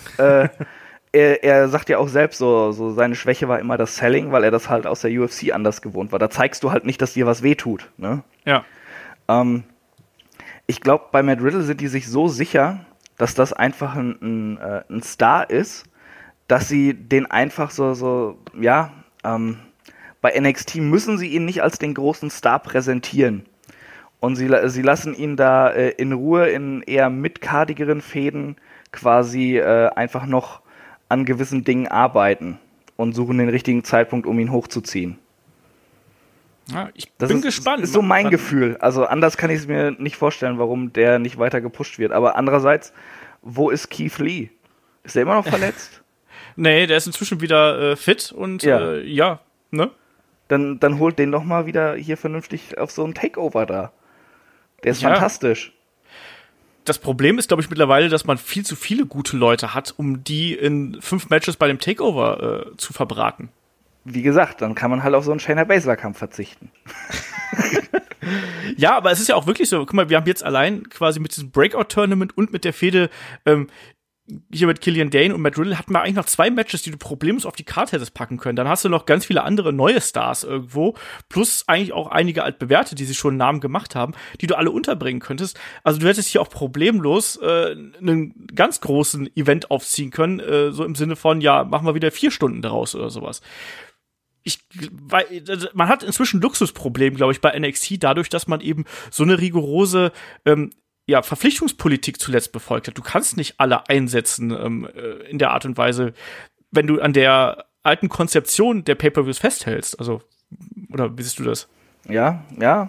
Er sagt ja auch selbst, so seine Schwäche war immer das Selling, weil er das halt aus der UFC anders gewohnt war. Da zeigst du halt nicht, dass dir was wehtut. Ne? Ja. Ich glaube, bei Matt Riddle sind die sich so sicher, dass das einfach ein Star ist, dass sie den einfach bei NXT müssen sie ihn nicht als den großen Star präsentieren. Und sie lassen ihn da in Ruhe in eher mitkardigeren Fäden quasi einfach noch an gewissen Dingen arbeiten und suchen den richtigen Zeitpunkt, um ihn hochzuziehen. Ja, ich bin gespannt. Das ist so mein Gefühl. Also anders kann ich es mir nicht vorstellen, warum der nicht weiter gepusht wird. Aber andererseits, wo ist Keith Lee? Ist der immer noch verletzt? Nee, der ist inzwischen wieder fit und ne? Dann holt den doch mal wieder hier vernünftig auf so ein Takeover da. Der ist fantastisch. Das Problem ist, glaube ich, mittlerweile, dass man viel zu viele gute Leute hat, um die in 5 Matches bei dem Takeover zu verbraten. Wie gesagt, dann kann man halt auf so einen Shayna Baszler-Kampf verzichten. Ja, aber es ist ja auch wirklich so, guck mal, wir haben jetzt allein quasi mit diesem Breakout-Tournament und mit der Fehde hier mit Killian Dane und Matt Riddle hatten wir eigentlich noch 2 Matches, die du problemlos auf die Karte hättest packen können. Dann hast du noch ganz viele andere neue Stars irgendwo, plus eigentlich auch einige altbewährte, die sich schon einen Namen gemacht haben, die du alle unterbringen könntest. Also du hättest hier auch problemlos einen ganz großen Event aufziehen können, so im Sinne von, ja, machen wir wieder 4 Stunden daraus oder sowas. Man hat inzwischen Luxusproblem, glaube ich, bei NXT, dadurch, dass man eben so eine rigorose Verpflichtungspolitik zuletzt befolgt hat. Du kannst nicht alle einsetzen in der Art und Weise, wenn du an der alten Konzeption der Pay-Per-Views festhältst. Also, oder wie siehst du das? Ja,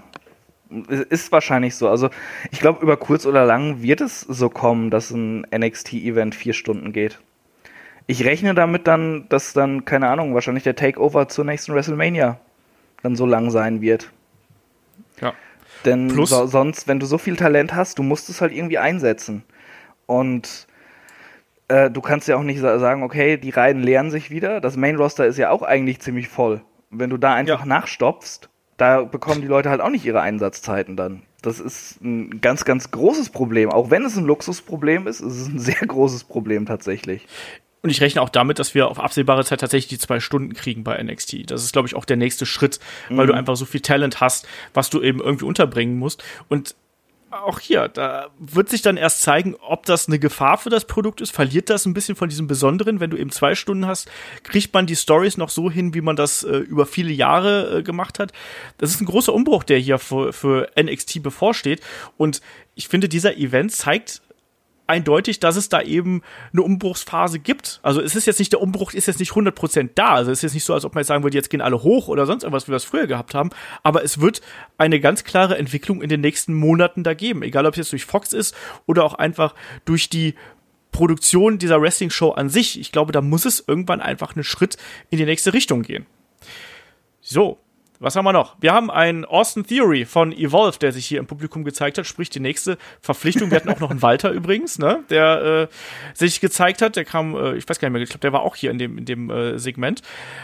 ist wahrscheinlich so. Also ich glaube, über kurz oder lang wird es so kommen, dass ein NXT-Event 4 Stunden geht. Ich rechne damit dann, dass dann, keine Ahnung, wahrscheinlich der Takeover zur nächsten WrestleMania dann so lang sein wird. Ja. Denn sonst, wenn du so viel Talent hast, du musst es halt irgendwie einsetzen. Und du kannst ja auch nicht sagen, okay, die Reihen leeren sich wieder. Das Main-Roster ist ja auch eigentlich ziemlich voll. Wenn du da einfach nachstopfst, da bekommen die Leute halt auch nicht ihre Einsatzzeiten dann. Das ist ein ganz, ganz großes Problem. Auch wenn es ein Luxusproblem ist, ist es ein sehr großes Problem tatsächlich. Und ich rechne auch damit, dass wir auf absehbare Zeit tatsächlich die 2 Stunden kriegen bei NXT. Das ist, glaube ich, auch der nächste Schritt, weil du einfach so viel Talent hast, was du eben irgendwie unterbringen musst. Und auch hier, da wird sich dann erst zeigen, ob das eine Gefahr für das Produkt ist. Verliert das ein bisschen von diesem Besonderen? Wenn du eben 2 Stunden hast, kriegt man die Storys noch so hin, wie man das über viele Jahre gemacht hat. Das ist ein großer Umbruch, der hier für NXT bevorsteht. Und ich finde, dieser Event zeigt eindeutig, dass es da eben eine Umbruchsphase gibt. Also es ist jetzt nicht, der Umbruch ist jetzt nicht 100% da. Also es ist jetzt nicht so, als ob man jetzt sagen würde, jetzt gehen alle hoch oder sonst irgendwas, wie wir das früher gehabt haben. Aber es wird eine ganz klare Entwicklung in den nächsten Monaten da geben. Egal, ob es jetzt durch Fox ist oder auch einfach durch die Produktion dieser Wrestling-Show an sich. Ich glaube, da muss es irgendwann einfach einen Schritt in die nächste Richtung gehen. So. Was haben wir noch? Wir haben einen Austin Theory von Evolve, der sich hier im Publikum gezeigt hat, sprich die nächste Verpflichtung. Wir hatten auch noch einen Walter übrigens, ne, der sich gezeigt hat. Der kam, ich weiß gar nicht mehr, ich glaube, der war auch hier in dem Segment.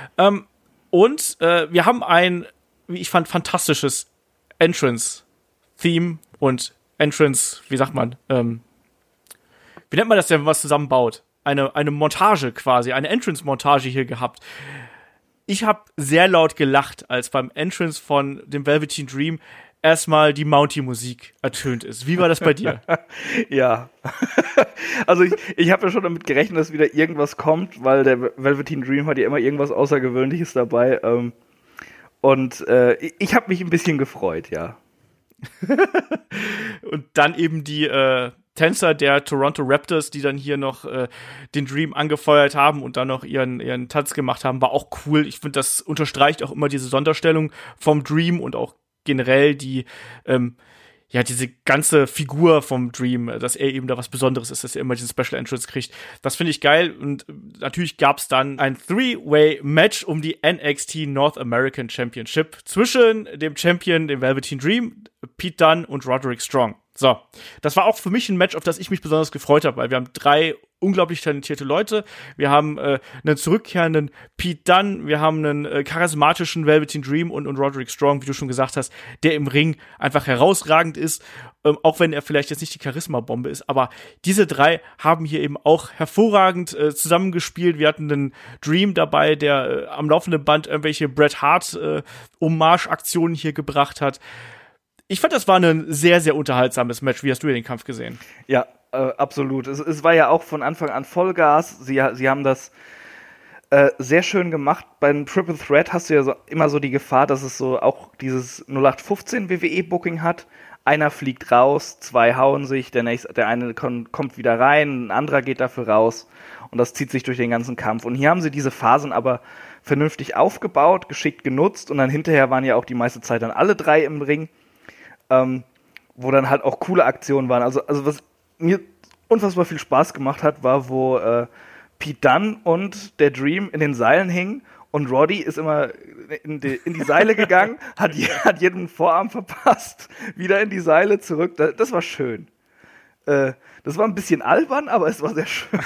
Und wir haben ein, wie ich fand, fantastisches Entrance-Theme und Entrance, wie sagt man, wie nennt man das denn, wenn man was zusammenbaut? Eine Montage quasi, eine Entrance-Montage hier gehabt. Ich habe sehr laut gelacht, als beim Entrance von dem Velveteen Dream erstmal die Mountie-Musik ertönt ist. Wie war das bei dir? Ja. Also ich habe ja schon damit gerechnet, dass wieder irgendwas kommt, weil der Velveteen Dream hat ja immer irgendwas Außergewöhnliches dabei. Und ich habe mich ein bisschen gefreut, ja. Und dann eben die Tänzer der Toronto Raptors, die dann hier noch den Dream angefeuert haben und dann noch ihren Tanz gemacht haben, war auch cool. Ich finde, das unterstreicht auch immer diese Sonderstellung vom Dream und auch generell die diese ganze Figur vom Dream, dass er eben da was Besonderes ist, dass er immer diesen Special Entrance kriegt. Das finde ich geil. Und natürlich gab es dann ein 3-Way-Match um die NXT North American Championship zwischen dem Champion, dem Velveteen Dream, Pete Dunne und Roderick Strong. So, das war auch für mich ein Match, auf das ich mich besonders gefreut habe, weil wir haben 3 unglaublich talentierte Leute. Wir haben einen zurückkehrenden Pete Dunne, wir haben einen charismatischen Velveteen Dream und Roderick Strong, wie du schon gesagt hast, der im Ring einfach herausragend ist, auch wenn er vielleicht jetzt nicht die Charisma-Bombe ist. Aber diese drei haben hier eben auch hervorragend zusammengespielt. Wir hatten einen Dream dabei, der am laufenden Band irgendwelche Bret Hart Hommage-Aktionen hier gebracht hat. Ich fand, das war ein sehr, sehr unterhaltsames Match. Wie hast du den Kampf gesehen? Ja, absolut. Es war ja auch von Anfang an Vollgas. Sie haben das sehr schön gemacht. Beim Triple Threat hast du ja immer so die Gefahr, dass es so auch dieses 0815 WWE-Booking hat. Einer fliegt raus, zwei hauen sich, der eine kommt wieder rein, ein anderer geht dafür raus und das zieht sich durch den ganzen Kampf. Und hier haben sie diese Phasen aber vernünftig aufgebaut, geschickt genutzt und dann hinterher waren ja auch die meiste Zeit dann alle drei im Ring, wo dann halt auch coole Aktionen waren. Also was mir unfassbar viel Spaß gemacht hat, war, wo Pete Dunne und der Dream in den Seilen hingen und Roddy ist immer in die Seile gegangen, hat jeden Vorarm verpasst, wieder in die Seile zurück. Das war schön. Das war ein bisschen albern, aber es war sehr schön.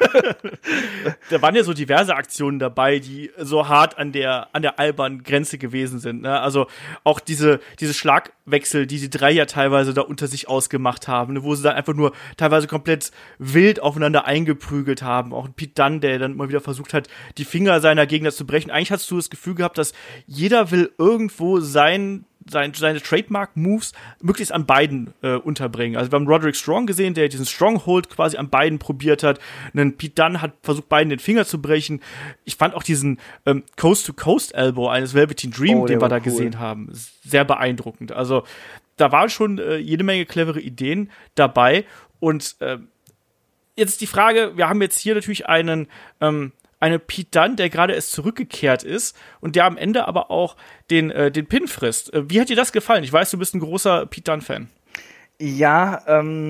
Da waren ja so diverse Aktionen dabei, die so hart an der albernen Grenze gewesen sind. Ne? Also auch diese Schlagwechsel, die drei ja teilweise da unter sich ausgemacht haben, ne? Wo sie dann einfach nur teilweise komplett wild aufeinander eingeprügelt haben. Auch Pete Dunne, der dann mal wieder versucht hat, die Finger seiner Gegner zu brechen. Eigentlich hast du das Gefühl gehabt, dass jeder will irgendwo seine Trademark-Moves möglichst an beiden unterbringen. Also wir haben Roderick Strong gesehen, der diesen Stronghold quasi an beiden probiert hat. Einen Pete Dunne hat versucht, beiden den Finger zu brechen. Ich fand auch diesen Coast-to-Coast-Elbow eines Velveteen Dream, den wir da gesehen haben, sehr beeindruckend. Also da waren schon jede Menge clevere Ideen dabei. Und jetzt ist die Frage, wir haben jetzt hier natürlich eine Pete Dunne, der gerade erst zurückgekehrt ist und der am Ende aber auch den Pin frisst. Wie hat dir das gefallen? Ich weiß, du bist ein großer Pete Dunne-Fan. Ja,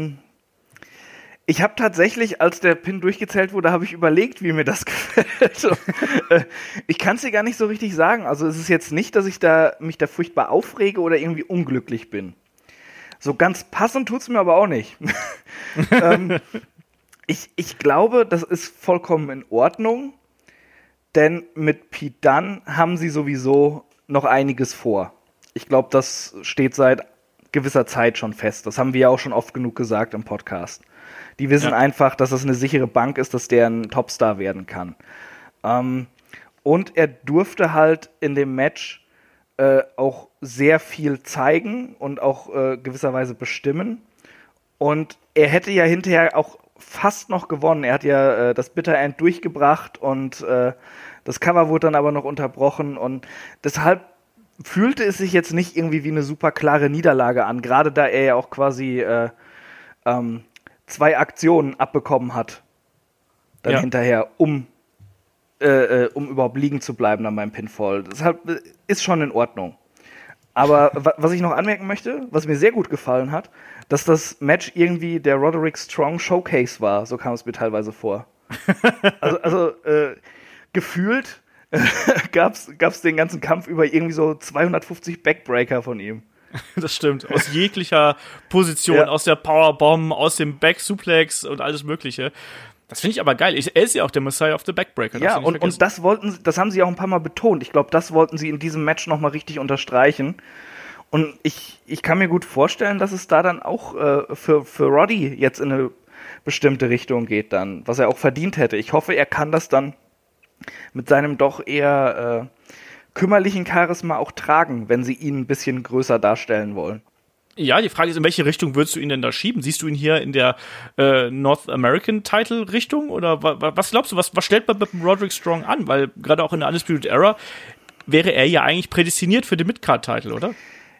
ich habe tatsächlich, als der Pin durchgezählt wurde, habe ich überlegt, wie mir das gefällt. Und, ich kann es dir gar nicht so richtig sagen. Also es ist jetzt nicht, dass ich mich da furchtbar aufrege oder irgendwie unglücklich bin. So ganz passend tut's mir aber auch nicht. Ich glaube, das ist vollkommen in Ordnung. Denn mit Pete Dunne haben sie sowieso noch einiges vor. Ich glaube, das steht seit gewisser Zeit schon fest. Das haben wir ja auch schon oft genug gesagt im Podcast. Die wissen einfach, dass das eine sichere Bank ist, dass der ein Topstar werden kann. Und er durfte halt in dem Match auch sehr viel zeigen und auch gewisserweise bestimmen. Und er hätte ja hinterher auch fast noch gewonnen. Er hat ja das Bitter End durchgebracht und das Cover wurde dann aber noch unterbrochen und deshalb fühlte es sich jetzt nicht irgendwie wie eine super klare Niederlage an, gerade da er ja auch quasi 2 Aktionen abbekommen hat dann hinterher, um überhaupt liegen zu bleiben an meinem Pinfall. Deshalb ist schon in Ordnung. Aber was ich noch anmerken möchte, was mir sehr gut gefallen hat, dass das Match irgendwie der Roderick Strong Showcase war. So kam es mir teilweise vor. Also gefühlt gab's den ganzen Kampf über irgendwie so 250 Backbreaker von ihm. Das stimmt. Aus jeglicher Position, aus der Powerbomb, aus dem Back-Suplex und alles Mögliche. Das finde ich aber geil. Er ist ja auch der Messiah of the Backbreaker. Ja, und das haben sie auch ein paar Mal betont. Ich glaube, das wollten sie in diesem Match nochmal richtig unterstreichen. Und ich kann mir gut vorstellen, dass es da dann auch für Roddy jetzt in eine bestimmte Richtung geht dann, was er auch verdient hätte. Ich hoffe, er kann das dann mit seinem doch eher kümmerlichen Charisma auch tragen, wenn sie ihn ein bisschen größer darstellen wollen. Ja, die Frage ist, in welche Richtung würdest du ihn denn da schieben? Siehst du ihn hier in der North American Title Richtung? Oder was glaubst du, was stellt man mit dem Roderick Strong an? Weil gerade auch in der Undisputed Era wäre er ja eigentlich prädestiniert für den Midcard-Title, oder?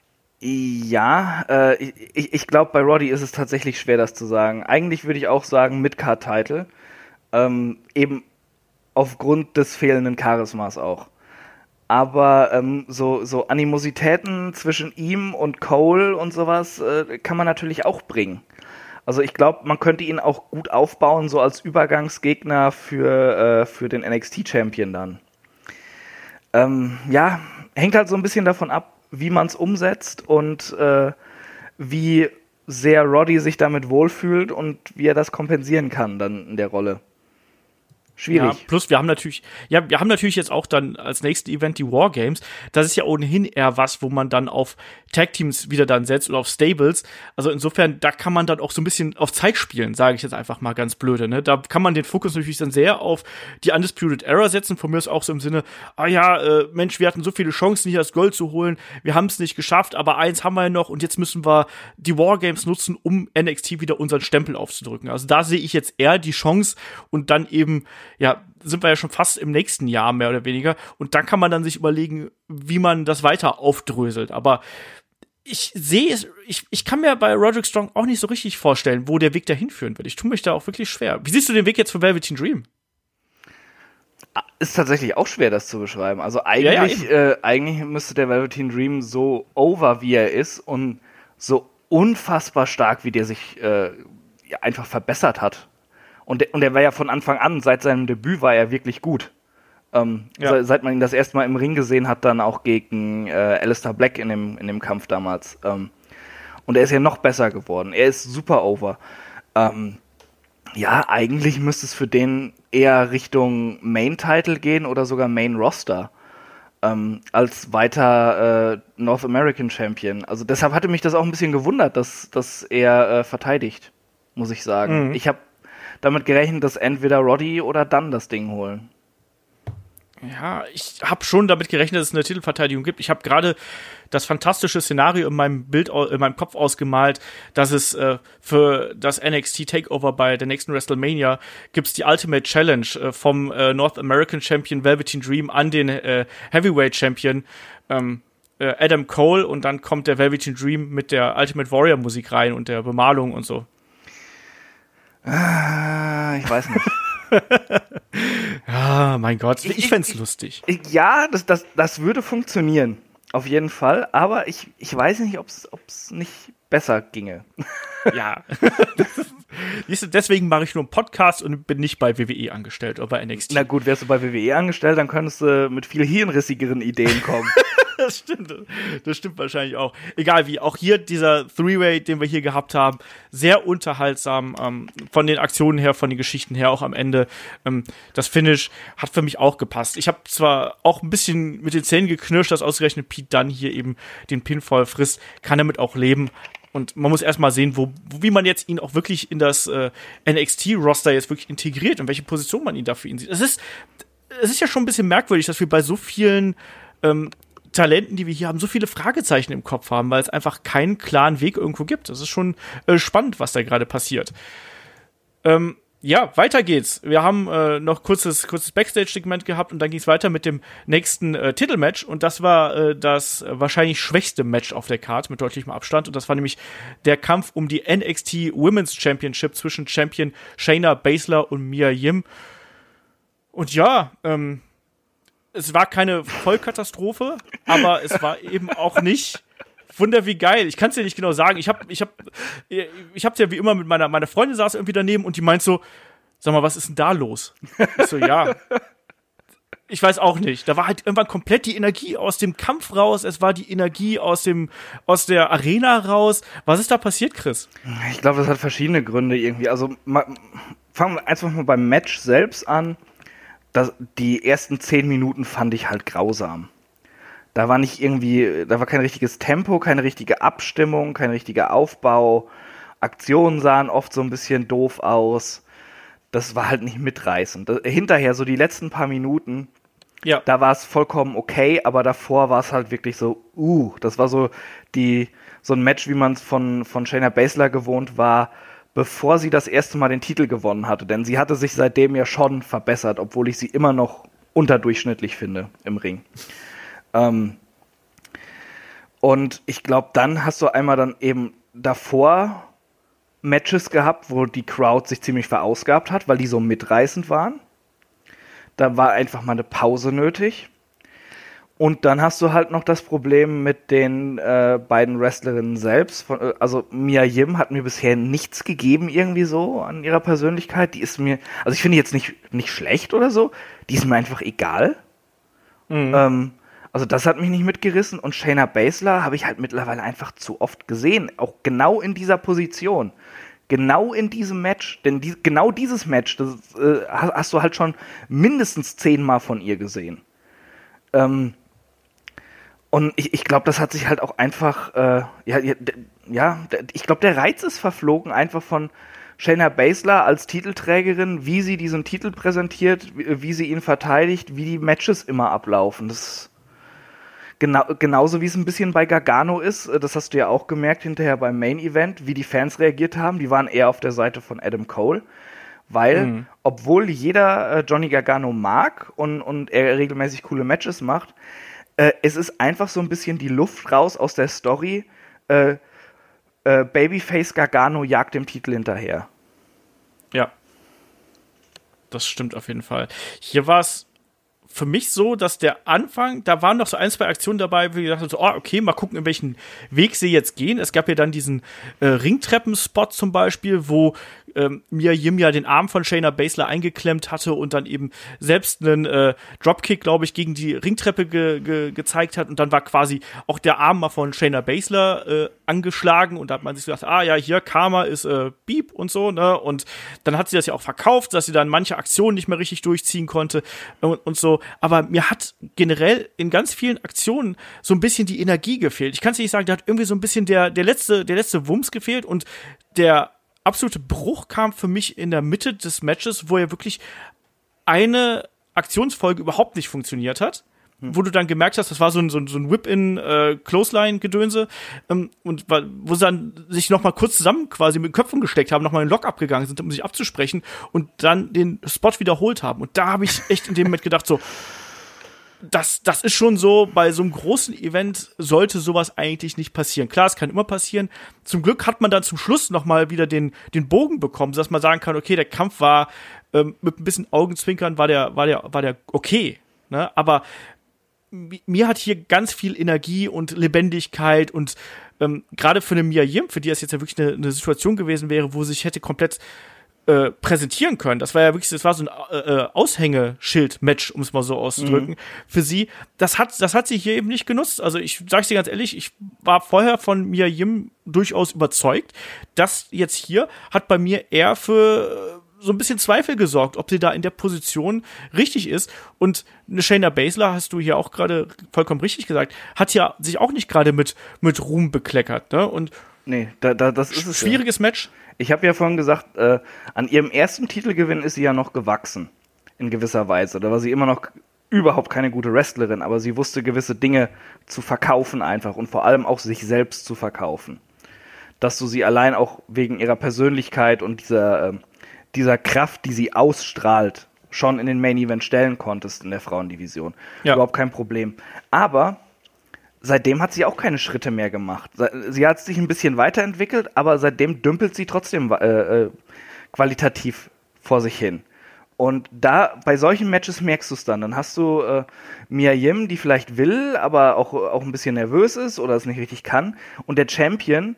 Ja, ich glaube, bei Roddy ist es tatsächlich schwer, das zu sagen. Eigentlich würde ich auch sagen Midcard-Title. Eben aufgrund des fehlenden Charismas auch. Aber so Animositäten zwischen ihm und Cole und sowas kann man natürlich auch bringen. Also ich glaube, man könnte ihn auch gut aufbauen, so als Übergangsgegner für den NXT-Champion dann. Hängt halt so ein bisschen davon ab, wie man es umsetzt und wie sehr Roddy sich damit wohlfühlt und wie er das kompensieren kann dann in der Rolle. Schwierig. Ja, plus wir haben natürlich jetzt auch dann als nächstes Event die Wargames. Das ist ja ohnehin eher was, wo man dann auf Tag-Teams wieder dann setzt oder auf Stables. Also insofern, da kann man dann auch so ein bisschen auf Zeit spielen, sage ich jetzt einfach mal ganz blöde. Ne? Da kann man den Fokus natürlich dann sehr auf die Undisputed Era setzen. Von mir ist auch so im Sinne, Mensch, wir hatten so viele Chancen, hier das Gold zu holen. Wir haben es nicht geschafft, aber eins haben wir ja noch und jetzt müssen wir die Wargames nutzen, um NXT wieder unseren Stempel aufzudrücken. Also da sehe ich jetzt eher die Chance und dann eben sind wir ja schon fast im nächsten Jahr mehr oder weniger. Und dann kann man dann sich überlegen, wie man das weiter aufdröselt. Aber ich sehe es, ich kann mir bei Roderick Strong auch nicht so richtig vorstellen, wo der Weg dahin führen wird. Ich tue mich da auch wirklich schwer. Wie siehst du den Weg jetzt für Velveteen Dream? Ist tatsächlich auch schwer, das zu beschreiben. Also eigentlich müsste der Velveteen Dream so over, wie er ist und so unfassbar stark, wie der sich einfach verbessert hat. Und er war ja von Anfang an, seit seinem Debüt war er wirklich gut. Seit man ihn das erste Mal im Ring gesehen hat, dann auch gegen Aleister Black in dem Kampf damals. Und er ist ja noch besser geworden. Er ist super over. Eigentlich müsste es für den eher Richtung Main-Title gehen oder sogar Main-Roster. Als weiter North American Champion. Also deshalb hatte mich das auch ein bisschen gewundert, dass er verteidigt, muss ich sagen. Mhm. Ich habe damit gerechnet, dass entweder Roddy oder Dunn das Ding holen. Ja, ich habe schon damit gerechnet, dass es eine Titelverteidigung gibt. Ich habe gerade das fantastische Szenario in meinem Kopf ausgemalt, dass es für das NXT Takeover bei der nächsten WrestleMania gibt's die Ultimate Challenge vom North American Champion Velveteen Dream an den Heavyweight Champion Adam Cole und dann kommt der Velveteen Dream mit der Ultimate Warrior Musik rein und der Bemalung und so. Ich weiß nicht. Ja, mein Gott, ich fänd's lustig. Ja, das würde funktionieren. Auf jeden Fall. Aber ich weiß nicht, ob's nicht besser ginge. Ja. Deswegen mache ich nur einen Podcast und bin nicht bei WWE angestellt oder bei NXT. Na gut, wärst du bei WWE angestellt, dann könntest du mit viel hirnrissigeren Ideen kommen. Das stimmt wahrscheinlich auch. Egal wie, auch hier dieser Three-Way, den wir hier gehabt haben, sehr unterhaltsam, von den Aktionen her, von den Geschichten her, auch am Ende. Das Finish hat für mich auch gepasst. Ich habe zwar auch ein bisschen mit den Zähnen geknirscht, dass ausgerechnet Pete Dunne hier eben den Pinfall frisst, kann damit auch leben. Und man muss erstmal sehen, wie man jetzt ihn auch wirklich in das NXT-Roster jetzt wirklich integriert und welche Position man ihn dafür sieht. Es ist ja schon ein bisschen merkwürdig, dass wir bei so vielen Talenten, die wir hier haben, so viele Fragezeichen im Kopf haben, weil es einfach keinen klaren Weg irgendwo gibt. Das ist schon spannend, was da gerade passiert. Weiter geht's. Wir haben noch kurzes Backstage-Segment gehabt und dann ging's weiter mit dem nächsten Titelmatch und das war das wahrscheinlich schwächste Match auf der Card mit deutlichem Abstand und das war nämlich der Kampf um die NXT Women's Championship zwischen Champion Shayna Baszler und Mia Yim. Und es war keine Vollkatastrophe, aber es war eben auch nicht Wunder wie geil. Ich kann es dir nicht genau sagen. Ich hab's ja wie immer mit meiner Freundin saß irgendwie daneben und die meint so, sag mal, was ist denn da los? Ich so, ja. Ich weiß auch nicht. Da war halt irgendwann komplett die Energie aus dem Kampf raus. Es war die Energie aus der Arena raus. Was ist da passiert, Chris? Ich glaube, das hat verschiedene Gründe irgendwie. Also fangen wir einfach mal beim Match selbst an. Die ersten 10 Minuten fand ich halt grausam. Da war kein richtiges Tempo, keine richtige Abstimmung, kein richtiger Aufbau. Aktionen sahen oft so ein bisschen doof aus. Das war halt nicht mitreißend. Hinterher, so die letzten paar Minuten, da war es vollkommen okay, aber davor war es halt wirklich so, das war so ein Match, wie man es von Shayna Baszler gewohnt war, bevor sie das erste Mal den Titel gewonnen hatte. Denn sie hatte sich seitdem ja schon verbessert, obwohl ich sie immer noch unterdurchschnittlich finde im Ring. Und ich glaube, dann hast du einmal dann eben davor Matches gehabt, wo die Crowd sich ziemlich verausgabt hat, weil die so mitreißend waren. Da war einfach mal eine Pause nötig. Und dann hast du halt noch das Problem mit den beiden Wrestlerinnen selbst. Also Mia Yim hat mir bisher nichts gegeben irgendwie so an ihrer Persönlichkeit. Die ist mir, also ich finde jetzt nicht schlecht oder so. Die ist mir einfach egal. Mhm. Also das hat mich nicht mitgerissen und Shayna Baszler habe ich halt mittlerweile einfach zu oft gesehen, auch genau in dieser Position, genau in diesem Match, denn genau dieses Match, das hast du halt schon mindestens 10-mal von ihr gesehen. Und ich glaube, das hat sich halt auch einfach, ich glaube, der Reiz ist verflogen einfach von Shayna Baszler als Titelträgerin, wie sie diesen Titel präsentiert, wie sie ihn verteidigt, wie die Matches immer ablaufen. Das genauso wie es ein bisschen bei Gargano ist, das hast du ja auch gemerkt hinterher beim Main Event, wie die Fans reagiert haben, die waren eher auf der Seite von Adam Cole, weil, obwohl jeder Johnny Gargano mag und er regelmäßig coole Matches macht, es ist einfach so ein bisschen die Luft raus aus der Story, Babyface Gargano jagt dem Titel hinterher. Ja. Das stimmt auf jeden Fall. Hier war es für mich so, dass der Anfang, da waren noch so ein, zwei Aktionen dabei, wo ich dachte, so, okay, mal gucken, in welchen Weg sie jetzt gehen. Es gab ja dann diesen Ringtreppen-Spot zum Beispiel, wo Mia Yim ja den Arm von Shayna Baszler eingeklemmt hatte und dann eben selbst einen Dropkick, glaube ich, gegen die Ringtreppe gezeigt hat und dann war quasi auch der Arm mal von Shayna Baszler angeschlagen und da hat man sich gedacht, hier, Karma ist Beep und so, ne, und dann hat sie das ja auch verkauft, dass sie dann manche Aktionen nicht mehr richtig durchziehen konnte und so, aber mir hat generell in ganz vielen Aktionen so ein bisschen die Energie gefehlt. Ich kann es nicht sagen, da hat irgendwie so ein bisschen der letzte Wumms gefehlt und der absolute Bruch kam für mich in der Mitte des Matches, wo ja wirklich eine Aktionsfolge überhaupt nicht funktioniert hat, wo du dann gemerkt hast, das war so ein Whip-in-Clothesline-Gedönse und wo sie dann sich noch mal kurz zusammen quasi mit den Köpfen gesteckt haben, noch mal in den Lock abgegangen sind, um sich abzusprechen und dann den Spot wiederholt haben. Und da habe ich echt in dem Moment gedacht, so, das ist schon so, bei so einem großen Event sollte sowas eigentlich nicht passieren. Klar, es kann immer passieren. Zum Glück hat man dann zum Schluss noch mal wieder den Bogen bekommen, sodass man sagen kann, okay, der Kampf war mit ein bisschen Augenzwinkern war der okay, ne? Aber mir hat hier ganz viel Energie und Lebendigkeit und gerade für eine Mia Yim, für die das jetzt ja wirklich eine Situation gewesen wäre, wo sie sich hätte komplett präsentieren können. Das war ja wirklich, das war so ein Aushängeschild-Match, um es mal so auszudrücken, für sie. Das hat sie hier eben nicht genutzt. Also ich sag's dir ganz ehrlich, ich war vorher von Mia Yim durchaus überzeugt. Das jetzt hier hat bei mir eher für so ein bisschen Zweifel gesorgt, ob sie da in der Position richtig ist. Und eine Shayna Baszler, hast du hier auch gerade vollkommen richtig gesagt, hat ja sich auch nicht gerade mit Ruhm bekleckert, ne? Und nee, das ist es. Schwieriges Match. Ich habe ja vorhin gesagt, an ihrem ersten Titelgewinn ist sie ja noch gewachsen, in gewisser Weise. Da war sie immer noch überhaupt keine gute Wrestlerin, aber sie wusste gewisse Dinge zu verkaufen einfach und vor allem auch sich selbst zu verkaufen. Dass du sie allein auch wegen ihrer Persönlichkeit und dieser Kraft, die sie ausstrahlt, schon in den Main Event stellen konntest in der Frauendivision. Ja. Überhaupt kein Problem. Aber seitdem hat sie auch keine Schritte mehr gemacht. Sie hat sich ein bisschen weiterentwickelt, aber seitdem dümpelt sie trotzdem qualitativ vor sich hin. Und da, bei solchen Matches merkst du es dann. Dann hast du Mia Yim, die vielleicht will, aber auch ein bisschen nervös ist oder es nicht richtig kann. Und der Champion,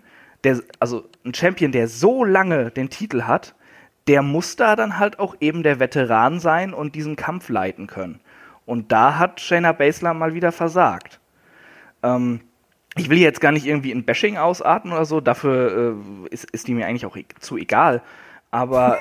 ein Champion, der so lange den Titel hat, der muss da dann halt auch eben der Veteran sein und diesen Kampf leiten können. Und da hat Shayna Baszler mal wieder versagt. Ich will jetzt gar nicht irgendwie in Bashing ausarten oder so, dafür ist die mir eigentlich auch zu egal. Aber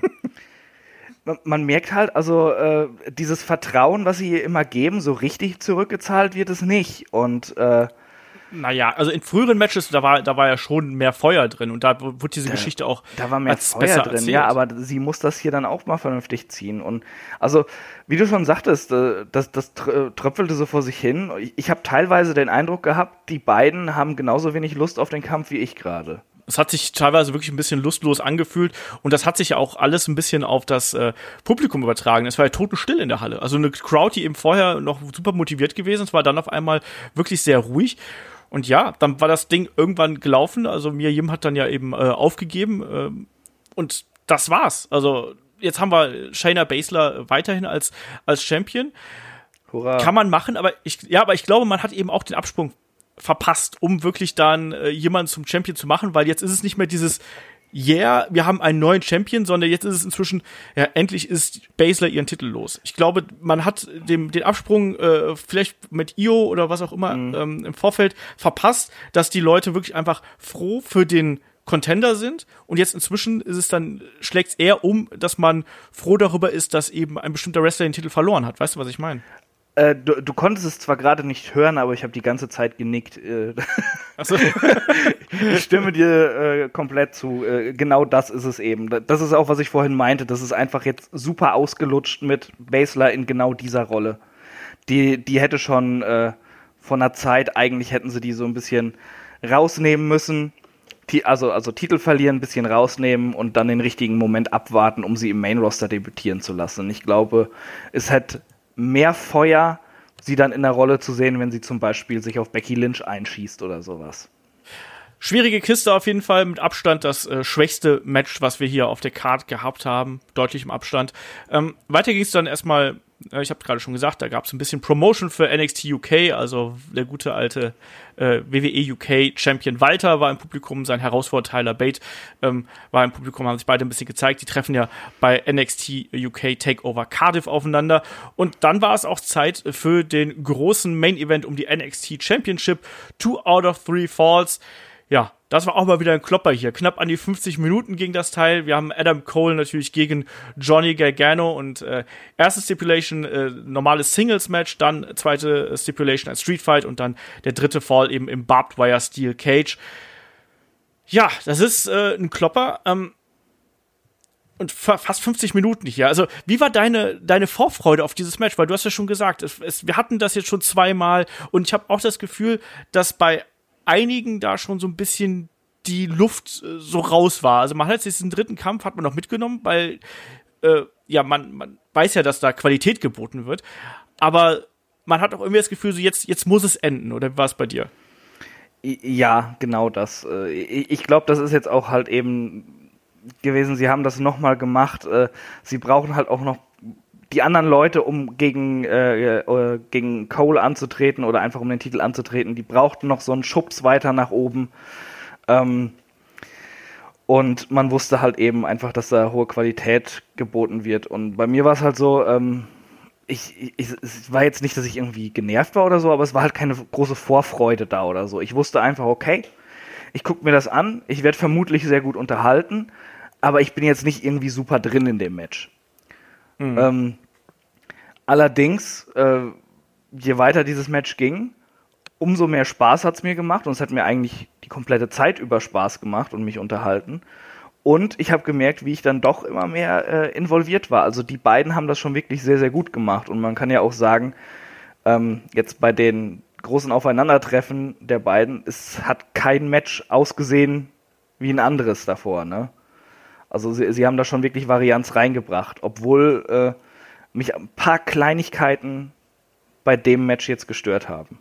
man merkt halt, also dieses Vertrauen, was sie ihr immer geben, so richtig zurückgezahlt wird es nicht. Und naja, also in früheren Matches, da war ja schon mehr Feuer drin und da wurde diese Geschichte auch da war mehr Feuer drin, erzählt. Ja, aber sie muss das hier dann auch mal vernünftig ziehen. Und also, wie du schon sagtest, das tröpfelte so vor sich hin. Ich habe teilweise den Eindruck gehabt, die beiden haben genauso wenig Lust auf den Kampf wie ich gerade. Es hat sich teilweise wirklich ein bisschen lustlos angefühlt und das hat sich ja auch alles ein bisschen auf das Publikum übertragen. Es war ja totenstill in der Halle. Also eine Crowd, die eben vorher noch super motiviert gewesen ist, war dann auf einmal wirklich sehr ruhig. Und ja, dann war das Ding irgendwann gelaufen. Also Mia Yim hat dann ja eben aufgegeben und das war's. Also jetzt haben wir Shayna Baszler weiterhin als Champion. Hurra. Kann man machen, aber ich glaube, man hat eben auch den Absprung verpasst, um wirklich dann jemanden zum Champion zu machen, weil jetzt ist es nicht mehr dieses yeah, wir haben einen neuen Champion, sondern jetzt ist es inzwischen, ja, endlich ist Baszler ihren Titel los. Ich glaube, man hat den Absprung vielleicht mit Io oder was auch immer im Vorfeld verpasst, dass die Leute wirklich einfach froh für den Contender sind, und jetzt inzwischen schlägt es eher um, dass man froh darüber ist, dass eben ein bestimmter Wrestler den Titel verloren hat. Weißt du, was ich meine? Du konntest es zwar gerade nicht hören, aber ich habe die ganze Zeit genickt. Ach so. Ich stimme dir komplett zu. Genau das ist es eben. Das ist auch, was ich vorhin meinte. Das ist einfach jetzt super ausgelutscht mit Baszler in genau dieser Rolle. Die hätte schon von der Zeit, eigentlich hätten sie die so ein bisschen rausnehmen müssen. Also Titel verlieren, ein bisschen rausnehmen und dann den richtigen Moment abwarten, um sie im Main-Roster debütieren zu lassen. Und ich glaube, es hat mehr Feuer, sie dann in der Rolle zu sehen, wenn sie zum Beispiel sich auf Becky Lynch einschießt oder sowas. Schwierige Kiste auf jeden Fall, mit Abstand das schwächste Match, was wir hier auf der Card gehabt haben, deutlich im Abstand. Weiter ging es dann erstmal, ich habe gerade schon gesagt, da gab es ein bisschen Promotion für NXT UK, also der gute alte WWE UK Champion Walter war im Publikum, sein Herausforderer Tyler Bate war im Publikum, haben sich beide ein bisschen gezeigt, die treffen ja bei NXT UK Takeover Cardiff aufeinander, und dann war es auch Zeit für den großen Main Event um die NXT Championship, 2 out of 3 Falls. Ja, das war auch mal wieder ein Klopper hier. Knapp an die 50 Minuten ging das Teil. Wir haben Adam Cole natürlich gegen Johnny Gargano, und erste Stipulation, normales Singles-Match, dann zweite Stipulation als Street Fight und dann der dritte Fall eben im Barbed Wire Steel Cage. Ja, das ist ein Klopper. Und fast 50 Minuten hier. Also, wie war deine Vorfreude auf dieses Match? Weil du hast ja schon gesagt, wir hatten das jetzt schon zweimal, und ich habe auch das Gefühl, dass bei einigen da schon so ein bisschen die Luft so raus war. Also man hat jetzt diesen dritten Kampf, hat man noch mitgenommen, weil man weiß ja, dass da Qualität geboten wird, aber man hat auch irgendwie das Gefühl, so jetzt muss es enden, oder wie war es bei dir? Ja, genau das. Ich glaube, das ist jetzt auch halt eben gewesen, sie haben das nochmal gemacht, sie brauchen halt auch noch die anderen Leute, um gegen Cole anzutreten oder einfach um den Titel anzutreten, die brauchten noch so einen Schubs weiter nach oben. Und man wusste halt eben einfach, dass da hohe Qualität geboten wird. Und bei mir war es halt so, es war jetzt nicht, dass ich irgendwie genervt war oder so, aber es war halt keine große Vorfreude da oder so. Ich wusste einfach, okay, ich gucke mir das an, ich werde vermutlich sehr gut unterhalten, aber ich bin jetzt nicht irgendwie super drin in dem Match. Allerdings, je weiter dieses Match ging, umso mehr Spaß hat es mir gemacht, und es hat mir eigentlich die komplette Zeit über Spaß gemacht und mich unterhalten. Und ich habe gemerkt, wie ich dann doch immer mehr involviert war. Also die beiden haben das schon wirklich sehr, sehr gut gemacht. Und man kann ja auch sagen, jetzt bei den großen Aufeinandertreffen der beiden, es hat kein Match ausgesehen wie ein anderes davor, ne? Also sie haben da schon wirklich Varianz reingebracht, obwohl mich ein paar Kleinigkeiten bei dem Match jetzt gestört haben.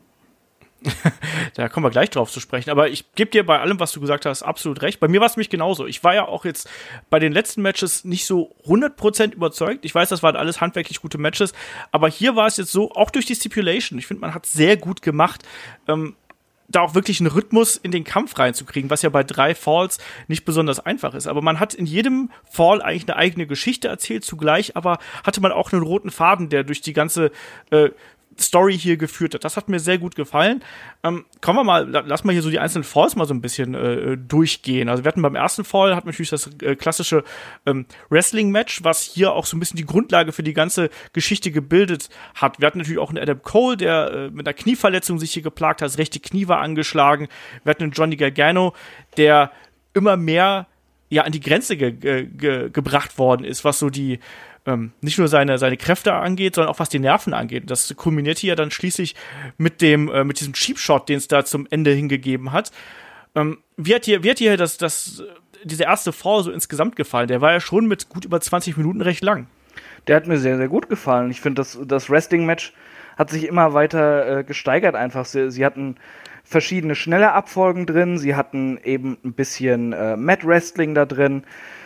Da kommen wir gleich drauf zu sprechen, aber ich gebe dir bei allem, was du gesagt hast, absolut recht. Bei mir war es nämlich genauso. Ich war ja auch jetzt bei den letzten Matches nicht so 100% überzeugt. Ich weiß, das waren alles handwerklich gute Matches, aber hier war es jetzt so, auch durch die Stipulation. Ich finde, man hat sehr gut gemacht, da auch wirklich einen Rhythmus in den Kampf reinzukriegen, was ja bei 3 Falls nicht besonders einfach ist. Aber man hat in jedem Fall eigentlich eine eigene Geschichte erzählt, zugleich aber hatte man auch einen roten Faden, der durch die ganze Story hier geführt hat. Das hat mir sehr gut gefallen. Kommen wir mal, lass mal hier so die einzelnen Falls mal so ein bisschen durchgehen. Also wir hatten beim ersten Fall, hatten wir natürlich das klassische Wrestling-Match, was hier auch so ein bisschen die Grundlage für die ganze Geschichte gebildet hat. Wir hatten natürlich auch einen Adam Cole, der mit einer Knieverletzung sich hier geplagt hat, das rechte Knie war angeschlagen. Wir hatten einen Johnny Gargano, der immer mehr an die Grenze gebracht worden ist, was so die nicht nur seine Kräfte angeht, sondern auch was die Nerven angeht. Das kulminiert hier dann schließlich mit diesem Cheap Shot, den es da zum Ende hingegeben hat. Wie hat dir dieser erste Fall so insgesamt gefallen? Der war ja schon mit gut über 20 Minuten recht lang. Der hat mir sehr, sehr gut gefallen. Ich finde, das Wrestling-Match hat sich immer weiter gesteigert einfach. Sie hatten verschiedene schnelle Abfolgen drin, sie hatten eben ein bisschen Mat-Wrestling da drin.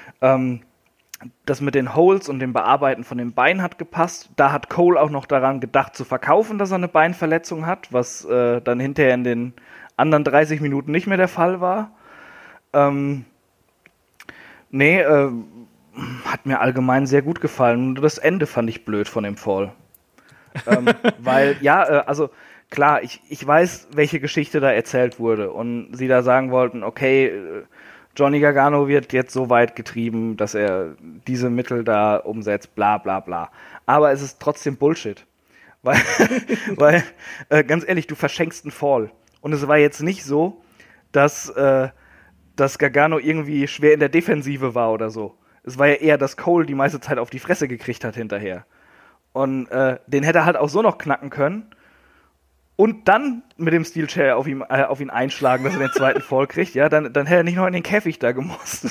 Das mit den Holds und dem Bearbeiten von den Beinen hat gepasst. Da hat Cole auch noch daran gedacht zu verkaufen, dass er eine Beinverletzung hat, was dann hinterher in den anderen 30 Minuten nicht mehr der Fall war. Nee, hat mir allgemein sehr gut gefallen. Nur das Ende fand ich blöd von dem Fall. Weil, also klar, ich weiß, welche Geschichte da erzählt wurde und sie da sagen wollten, okay, Johnny Gargano wird jetzt so weit getrieben, dass er diese Mittel da umsetzt, bla bla bla. Aber es ist trotzdem Bullshit. Weil ganz ehrlich, du verschenkst einen Fall. Und es war jetzt nicht so, dass Gargano irgendwie schwer in der Defensive war oder so. Es war ja eher, dass Cole die meiste Zeit auf die Fresse gekriegt hat hinterher. Und den hätte er halt auch so noch knacken können. Und dann mit dem Steel Chair auf ihn einschlagen, dass er den zweiten Fall kriegt. Ja, dann hätte er nicht noch in den Käfig da gemusst.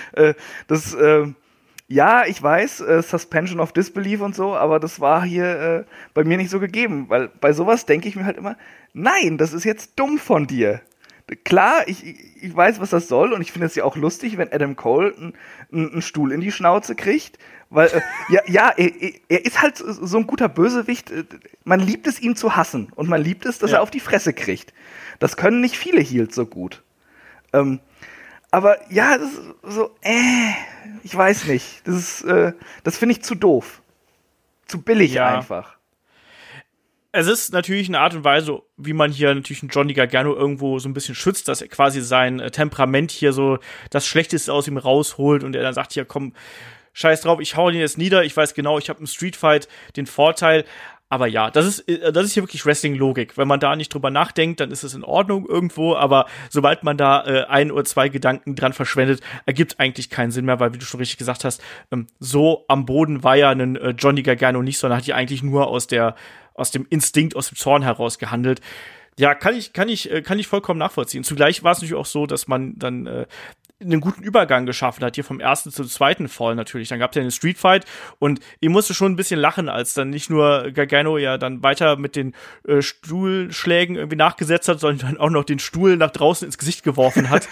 Ich weiß, Suspension of Disbelief und so, aber das war hier bei mir nicht so gegeben. Weil bei sowas denke ich mir halt immer, nein, das ist jetzt dumm von dir. Klar, ich weiß, was das soll und ich finde es ja auch lustig, wenn Adam Cole einen Stuhl in die Schnauze kriegt, weil, er ist halt so ein guter Bösewicht, man liebt es, ihn zu hassen und man liebt es, dass er auf die Fresse kriegt. Das können nicht viele Heels so gut. Aber ja, das ist so, ich weiß nicht, das finde ich zu doof. Zu billig einfach. Es ist natürlich eine Art und Weise, wie man hier natürlich einen Johnny Gargano irgendwo so ein bisschen schützt, dass er quasi sein Temperament hier so das Schlechteste aus ihm rausholt und er dann sagt, hier komm, scheiß drauf, ich hau den jetzt nieder, ich weiß genau, ich habe im Streetfight den Vorteil. Aber ja, das ist hier wirklich Wrestling-Logik. Wenn man da nicht drüber nachdenkt, dann ist es in Ordnung irgendwo, aber sobald man da ein oder zwei Gedanken dran verschwendet, ergibt eigentlich keinen Sinn mehr, weil, wie du schon richtig gesagt hast, so am Boden war ja ein Johnny Gargano nicht, sondern hat ja eigentlich nur aus dem Instinkt, aus dem Zorn heraus gehandelt. Ja, kann ich vollkommen nachvollziehen. Zugleich war es natürlich auch so, dass man dann einen guten Übergang geschaffen hat, hier vom ersten zum zweiten Fall natürlich. Dann gab es ja den Streetfight und ich musste schon ein bisschen lachen, als dann nicht nur Gargano ja dann weiter mit den Stuhlschlägen irgendwie nachgesetzt hat, sondern dann auch noch den Stuhl nach draußen ins Gesicht geworfen hat.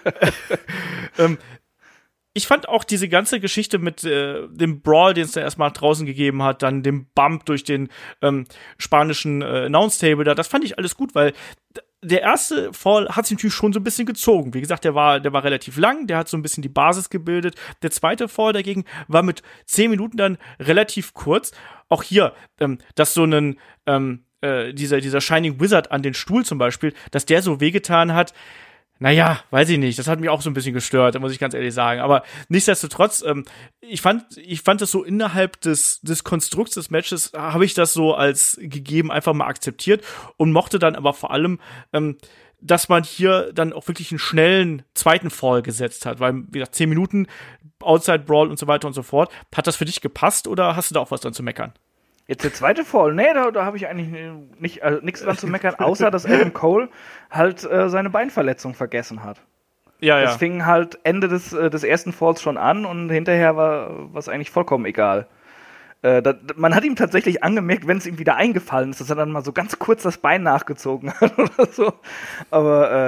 Ich fand auch diese ganze Geschichte mit dem Brawl, den es da erstmal draußen gegeben hat, dann dem Bump durch den spanischen Announce-Table da, das fand ich alles gut, weil der erste Fall hat sich natürlich schon so ein bisschen gezogen. Wie gesagt, der war relativ lang, der hat so ein bisschen die Basis gebildet. Der zweite Fall dagegen war mit 10 Minuten dann relativ kurz. Auch hier, dass so ein dieser Shining Wizard an den Stuhl zum Beispiel, dass der so wehgetan hat, naja, weiß ich nicht. Das hat mich auch so ein bisschen gestört, muss ich ganz ehrlich sagen. Aber nichtsdestotrotz, ich fand das so innerhalb des Konstrukts des Matches, habe ich das so als gegeben einfach mal akzeptiert und mochte dann aber vor allem, dass man hier dann auch wirklich einen schnellen zweiten Fall gesetzt hat. Weil, wie gesagt, 10 Minuten, Outside Brawl und so weiter und so fort. Hat das für dich gepasst oder hast du da auch was dran zu meckern? Jetzt der zweite Fall, nee, da habe ich eigentlich nichts dran zu meckern, außer dass Adam Cole halt seine Beinverletzung vergessen hat. Ja. Das fing halt Ende des ersten Falls schon an und hinterher war es eigentlich vollkommen egal. Man hat ihm tatsächlich angemerkt, wenn es ihm wieder eingefallen ist, dass er dann mal so ganz kurz das Bein nachgezogen hat oder so. Aber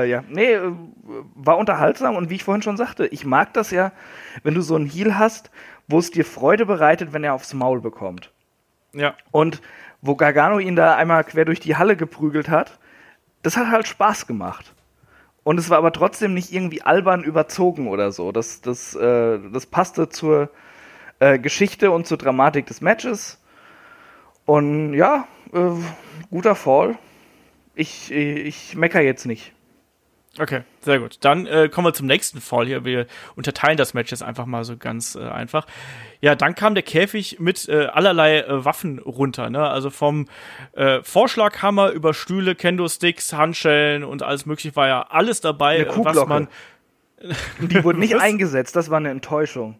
war unterhaltsam und wie ich vorhin schon sagte, ich mag das ja, wenn du so einen Heel hast, wo es dir Freude bereitet, wenn er aufs Maul bekommt. Ja. Und wo Gargano ihn da einmal quer durch die Halle geprügelt hat, das hat halt Spaß gemacht. Und es war aber trotzdem nicht irgendwie albern überzogen oder so. Das passte zur Geschichte und zur Dramatik des Matches. Und ja, guter Fall. Ich mecker jetzt nicht. Okay, sehr gut. Dann kommen wir zum nächsten Fall hier. Wir unterteilen das Match jetzt einfach mal so ganz einfach. Ja, dann kam der Käfig mit allerlei Waffen runter, ne? Also vom Vorschlaghammer über Stühle, Kendo-Sticks, Handschellen und alles mögliche war ja alles dabei, eine Kuhglocke. Was man die wurde nicht eingesetzt, das war eine Enttäuschung.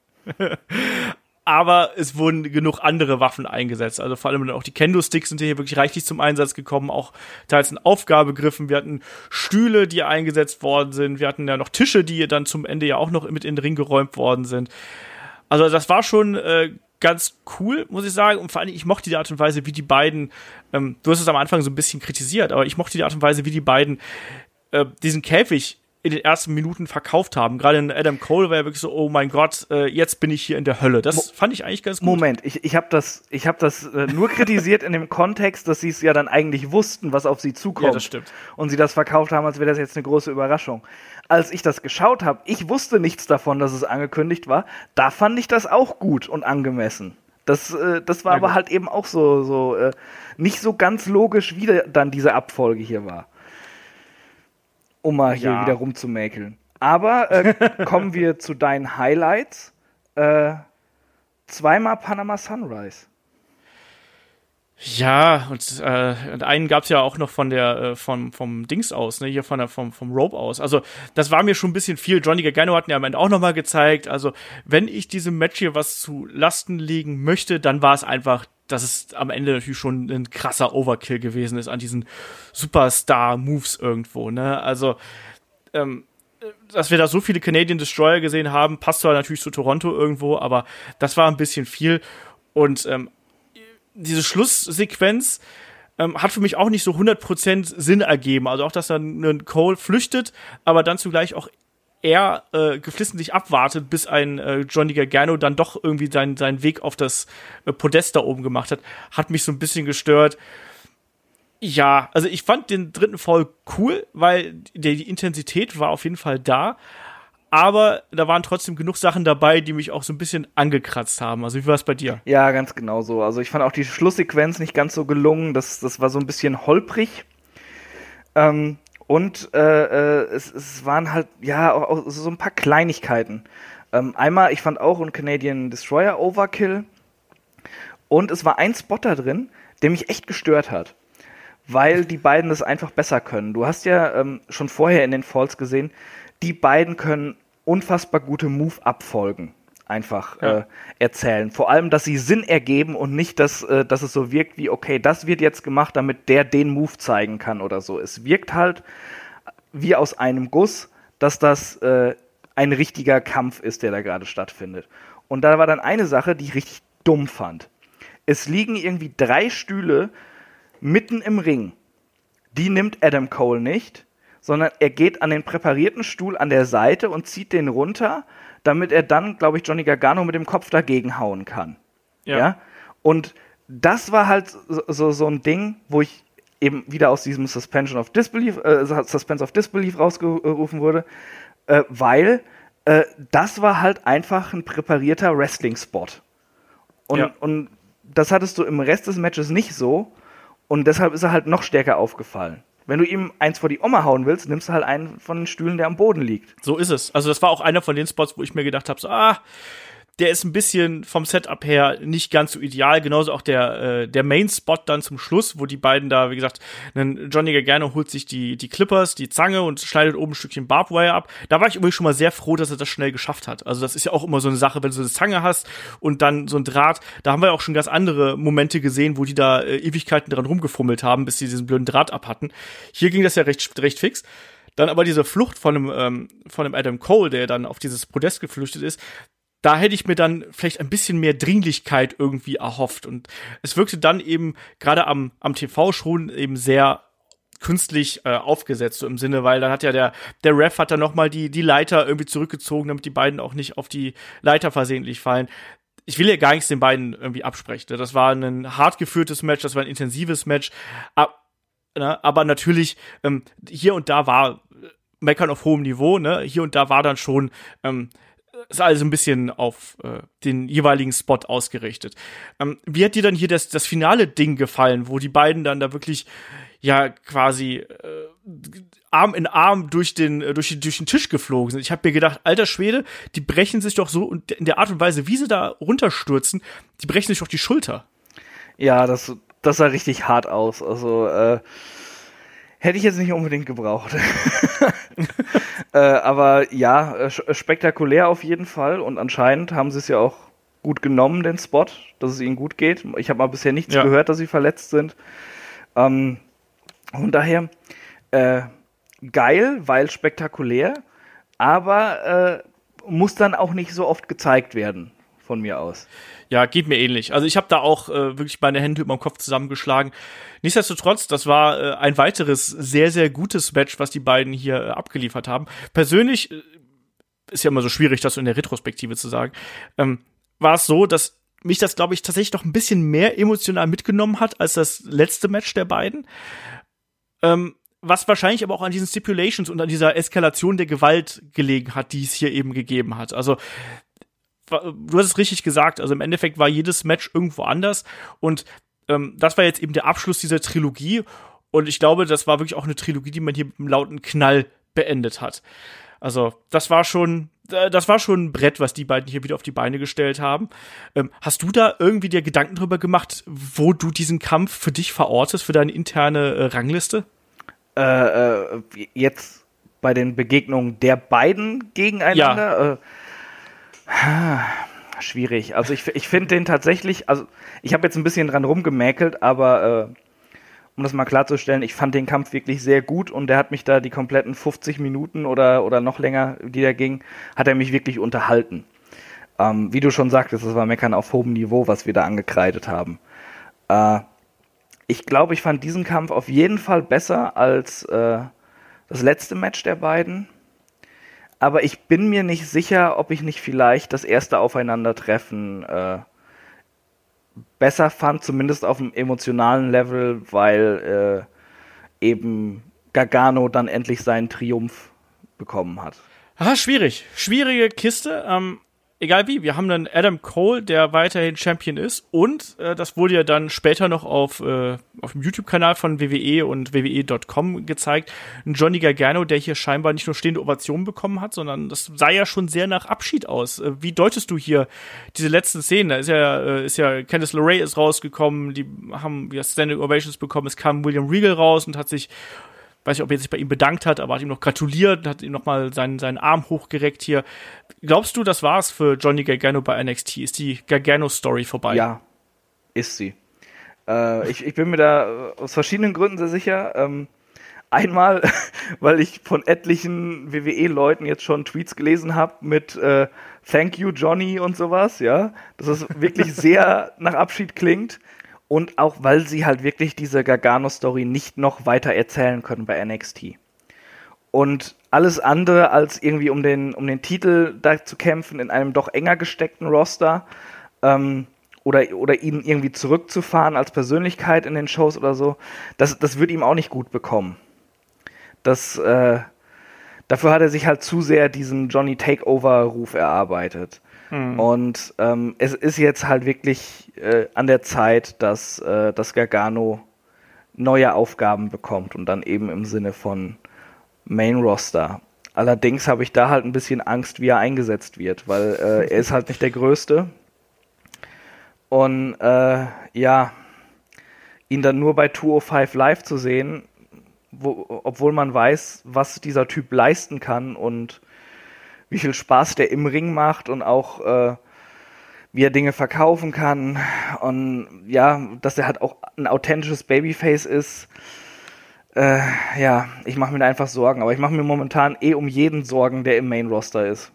Aber es wurden genug andere Waffen eingesetzt. Also vor allem auch die Kendo-Sticks sind hier wirklich reichlich zum Einsatz gekommen. Auch teils in Aufgabegriffen. Wir hatten Stühle, die eingesetzt worden sind. Wir hatten ja noch Tische, die dann zum Ende ja auch noch mit in den Ring geräumt worden sind. Also das war schon ganz cool, muss ich sagen. Und vor allem, ich mochte die Art und Weise, wie die beiden, du hast es am Anfang so ein bisschen kritisiert, aber ich mochte die Art und Weise, wie die beiden diesen Käfig in den ersten Minuten verkauft haben. Gerade in Adam Cole war ja wirklich so, oh mein Gott, jetzt bin ich hier in der Hölle. Das fand ich eigentlich ganz gut. Moment, ich hab das nur kritisiert in dem Kontext, dass sie es ja dann eigentlich wussten, was auf sie zukommt. Ja, das stimmt. Und sie das verkauft haben, als wäre das jetzt eine große Überraschung. Als ich das geschaut habe, ich wusste nichts davon, dass es angekündigt war. Da fand ich das auch gut und angemessen. Das war aber halt eben auch so nicht so ganz logisch, wie dann diese Abfolge hier war. Um mal hier wieder rumzumäkeln. Aber kommen wir zu deinen Highlights. Zweimal Panama Sunrise. Ja, und einen gab's ja auch noch von der vom Dings aus, ne, hier vom Rope aus. Also, das war mir schon ein bisschen viel. Johnny Gargano hat mir am Ende auch noch mal gezeigt. Also, wenn ich diesem Match hier was zu Lasten legen möchte, dann war es einfach, dass es am Ende natürlich schon ein krasser Overkill gewesen ist an diesen Superstar-Moves irgendwo, ne? Also, dass wir da so viele Canadian Destroyer gesehen haben, passt zwar natürlich zu Toronto irgendwo, aber das war ein bisschen viel. Und diese Schlusssequenz hat für mich auch nicht so 100% Sinn ergeben. Also auch, dass dann ein Cole flüchtet, aber dann zugleich auch er geflissentlich abwartet, bis ein Johnny Gargano dann doch irgendwie seinen Weg auf das Podest da oben gemacht hat mich so ein bisschen gestört. Ja, also ich fand den dritten Fall cool, weil die Intensität war auf jeden Fall da, aber da waren trotzdem genug Sachen dabei, die mich auch so ein bisschen angekratzt haben. Also wie war es bei dir? Ja, ganz genau so. Also ich fand auch die Schlusssequenz nicht ganz so gelungen. Das war so ein bisschen holprig. Es waren halt, ja, auch so ein paar Kleinigkeiten. Einmal, ich fand auch ein Canadian Destroyer Overkill. Und es war ein Spot da drin, der mich echt gestört hat. Weil die beiden das einfach besser können. Du hast ja schon vorher in den Falls gesehen, die beiden können unfassbar gute Move-Abfolgen einfach erzählen. Vor allem, dass sie Sinn ergeben und nicht, dass es so wirkt wie, okay, das wird jetzt gemacht, damit der den Move zeigen kann oder so. Es wirkt halt wie aus einem Guss, dass das ein richtiger Kampf ist, der da gerade stattfindet. Und da war dann eine Sache, die ich richtig dumm fand. Es liegen irgendwie 3 Stühle mitten im Ring. Die nimmt Adam Cole nicht, sondern er geht an den präparierten Stuhl an der Seite und zieht den runter, damit er dann, glaube ich, Johnny Gargano mit dem Kopf dagegen hauen kann. Ja? Und das war halt so ein Ding, wo ich eben wieder aus diesem Suspense of Disbelief rausgerufen wurde, weil das war halt einfach ein präparierter Wrestling-Spot. Und das hattest du im Rest des Matches nicht so. Und deshalb ist er halt noch stärker aufgefallen. Wenn du ihm eins vor die Oma hauen willst, nimmst du halt einen von den Stühlen, der am Boden liegt. So ist es. Also das war auch einer von den Spots, wo ich mir gedacht habe, so, der ist ein bisschen vom Setup her nicht ganz so ideal. Genauso auch der Main-Spot dann zum Schluss, wo die beiden da, wie gesagt, Johnny Gargano holt sich die Clippers, die Zange und schneidet oben ein Stückchen Barbwire ab. Da war ich übrigens schon mal sehr froh, dass er das schnell geschafft hat. Also das ist ja auch immer so eine Sache, wenn du so eine Zange hast und dann so ein Draht. Da haben wir ja auch schon ganz andere Momente gesehen, wo die da Ewigkeiten dran rumgefummelt haben, bis sie diesen blöden Draht ab hatten. Hier ging das ja recht fix. Dann aber diese Flucht von einem Adam Cole, der dann auf dieses Podest geflüchtet ist, da hätte ich mir dann vielleicht ein bisschen mehr Dringlichkeit irgendwie erhofft. Und es wirkte dann eben gerade am TV schon eben sehr künstlich aufgesetzt, so im Sinne, weil dann hat ja der Ref hat dann nochmal die Leiter irgendwie zurückgezogen, damit die beiden auch nicht auf die Leiter versehentlich fallen. Ich will ja gar nichts den beiden irgendwie absprechen. Das war ein hart geführtes Match, das war ein intensives Match. Aber natürlich, hier und da war Meckern auf hohem Niveau, ne? Hier und da war dann schon ist also ein bisschen auf den jeweiligen Spot ausgerichtet. Wie hat dir dann hier das finale Ding gefallen, wo die beiden dann da wirklich ja quasi Arm in Arm durch den Tisch geflogen sind? Ich habe mir gedacht, alter Schwede, die brechen sich doch so, und in der Art und Weise, wie sie da runterstürzen, die brechen sich doch die Schulter. Ja, das sah richtig hart aus. Also hätte ich jetzt nicht unbedingt gebraucht. Aber ja, spektakulär auf jeden Fall. Und anscheinend haben sie es ja auch gut genommen, den Spot, dass es ihnen gut geht. Ich habe mal bisher nichts gehört, dass sie verletzt sind. Und daher geil, weil spektakulär, aber muss dann auch nicht so oft gezeigt werden, von mir aus. Ja, geht mir ähnlich. Also ich habe da auch wirklich meine Hände über den Kopf zusammengeschlagen. Nichtsdestotrotz, das war ein weiteres sehr, sehr gutes Match, was die beiden hier abgeliefert haben. Persönlich, ist ja immer so schwierig, das so in der Retrospektive zu sagen, war es so, dass mich das, glaube ich, tatsächlich noch ein bisschen mehr emotional mitgenommen hat als das letzte Match der beiden. Was wahrscheinlich aber auch an diesen Stipulations und an dieser Eskalation der Gewalt gelegen hat, die es hier eben gegeben hat. Also du hast es richtig gesagt, also im Endeffekt war jedes Match irgendwo anders und das war jetzt eben der Abschluss dieser Trilogie und ich glaube, das war wirklich auch eine Trilogie, die man hier mit einem lauten Knall beendet hat. Also das war schon ein Brett, was die beiden hier wieder auf die Beine gestellt haben. Hast du da irgendwie dir Gedanken drüber gemacht, wo du diesen Kampf für dich verortest, für deine interne Rangliste? Jetzt bei den Begegnungen der beiden gegeneinander? Ja. Schwierig. Also ich finde den tatsächlich, also ich habe jetzt ein bisschen dran rumgemäkelt, aber um das mal klarzustellen, ich fand den Kampf wirklich sehr gut und der hat mich da die kompletten 50 Minuten oder noch länger, die da ging, hat er mich wirklich unterhalten. Wie du schon sagtest, das war Meckern auf hohem Niveau, was wir da angekreidet haben. Ich glaube, ich fand diesen Kampf auf jeden Fall besser als das letzte Match der beiden. Aber ich bin mir nicht sicher, ob ich nicht vielleicht das erste Aufeinandertreffen besser fand, zumindest auf dem emotionalen Level, weil eben Gargano dann endlich seinen Triumph bekommen hat. Schwierig. Schwierige Kiste. Egal wie, wir haben dann Adam Cole, der weiterhin Champion ist und das wurde ja dann später noch auf dem YouTube-Kanal von WWE und WWE.com gezeigt, ein Johnny Gargano, der hier scheinbar nicht nur stehende Ovationen bekommen hat, sondern das sah ja schon sehr nach Abschied aus. Wie deutest du hier diese letzten Szenen? Da ist ja Candice LeRae ist rausgekommen, die haben ja Standing Ovations bekommen, es kam William Regal raus und hat sich, weiß nicht, ob er sich bei ihm bedankt hat, aber hat ihm noch gratuliert, hat ihm noch mal seinen Arm hochgereckt hier. Glaubst du, das war's für Johnny Gargano bei NXT? Ist die Gargano-Story vorbei? Ja, ist sie. Ich bin mir da aus verschiedenen Gründen sehr sicher. Einmal, weil ich von etlichen WWE-Leuten jetzt schon Tweets gelesen habe mit Thank you, Johnny und sowas, ja. Dass es wirklich sehr nach Abschied klingt. Und auch, weil sie halt wirklich diese Gargano-Story nicht noch weiter erzählen können bei NXT. Und alles andere als irgendwie um den Titel da zu kämpfen in einem doch enger gesteckten Roster oder ihn irgendwie zurückzufahren als Persönlichkeit in den Shows oder so, das wird ihm auch nicht gut bekommen. Dafür hat er sich halt zu sehr diesen Johnny Takeover-Ruf erarbeitet. Und es ist jetzt halt wirklich an der Zeit, dass Gargano neue Aufgaben bekommt und dann eben im Sinne von Main Roster. Allerdings habe ich da halt ein bisschen Angst, wie er eingesetzt wird, weil er ist halt nicht der Größte. Und ihn dann nur bei 205 Live zu sehen, obwohl man weiß, was dieser Typ leisten kann und wie viel Spaß der im Ring macht und auch wie er Dinge verkaufen kann und ja, dass er halt auch ein authentisches Babyface ist. Ich mache mir da einfach Sorgen, aber ich mache mir momentan um jeden Sorgen, der im Main-Roster ist.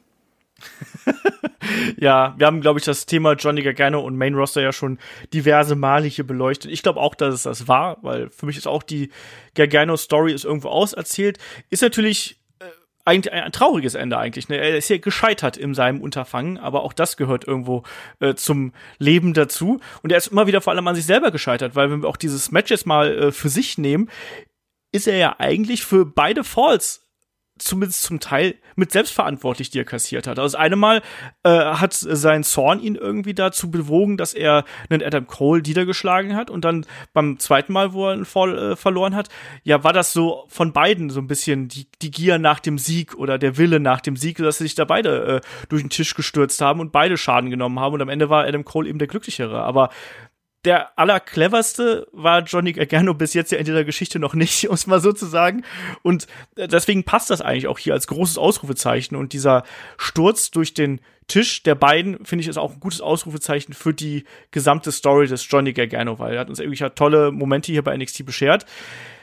Ja, wir haben, glaube ich, das Thema Johnny Gargano und Main Roster ja schon diverse Male hier beleuchtet. Ich glaube auch, dass es das war, weil für mich ist auch die Gargano-Story ist irgendwo auserzählt. Ist natürlich eigentlich ein trauriges Ende eigentlich. Ne? Er ist ja gescheitert in seinem Unterfangen, aber auch das gehört irgendwo zum Leben dazu. Und er ist immer wieder vor allem an sich selber gescheitert, weil wenn wir auch dieses Match jetzt mal für sich nehmen, ist er ja eigentlich für beide Falls zumindest zum Teil mit selbstverantwortlich, die er kassiert hat. Also das eine Mal hat sein Zorn ihn irgendwie dazu bewogen, dass er einen Adam Cole niedergeschlagen hat und dann beim zweiten Mal, wo er einen Fall verloren hat, ja, war das so von beiden so ein bisschen die Gier nach dem Sieg oder der Wille nach dem Sieg, dass sie sich da beide durch den Tisch gestürzt haben und beide Schaden genommen haben und am Ende war Adam Cole eben der Glücklichere. Aber der allercleverste war Johnny Gargano bis jetzt ja in dieser Geschichte noch nicht, um es mal so zu sagen. Und deswegen passt das eigentlich auch hier als großes Ausrufezeichen. Und dieser Sturz durch den Tisch der beiden, finde ich, ist auch ein gutes Ausrufezeichen für die gesamte Story des Johnny Gargano, weil er hat uns irgendwie tolle Momente hier bei NXT beschert.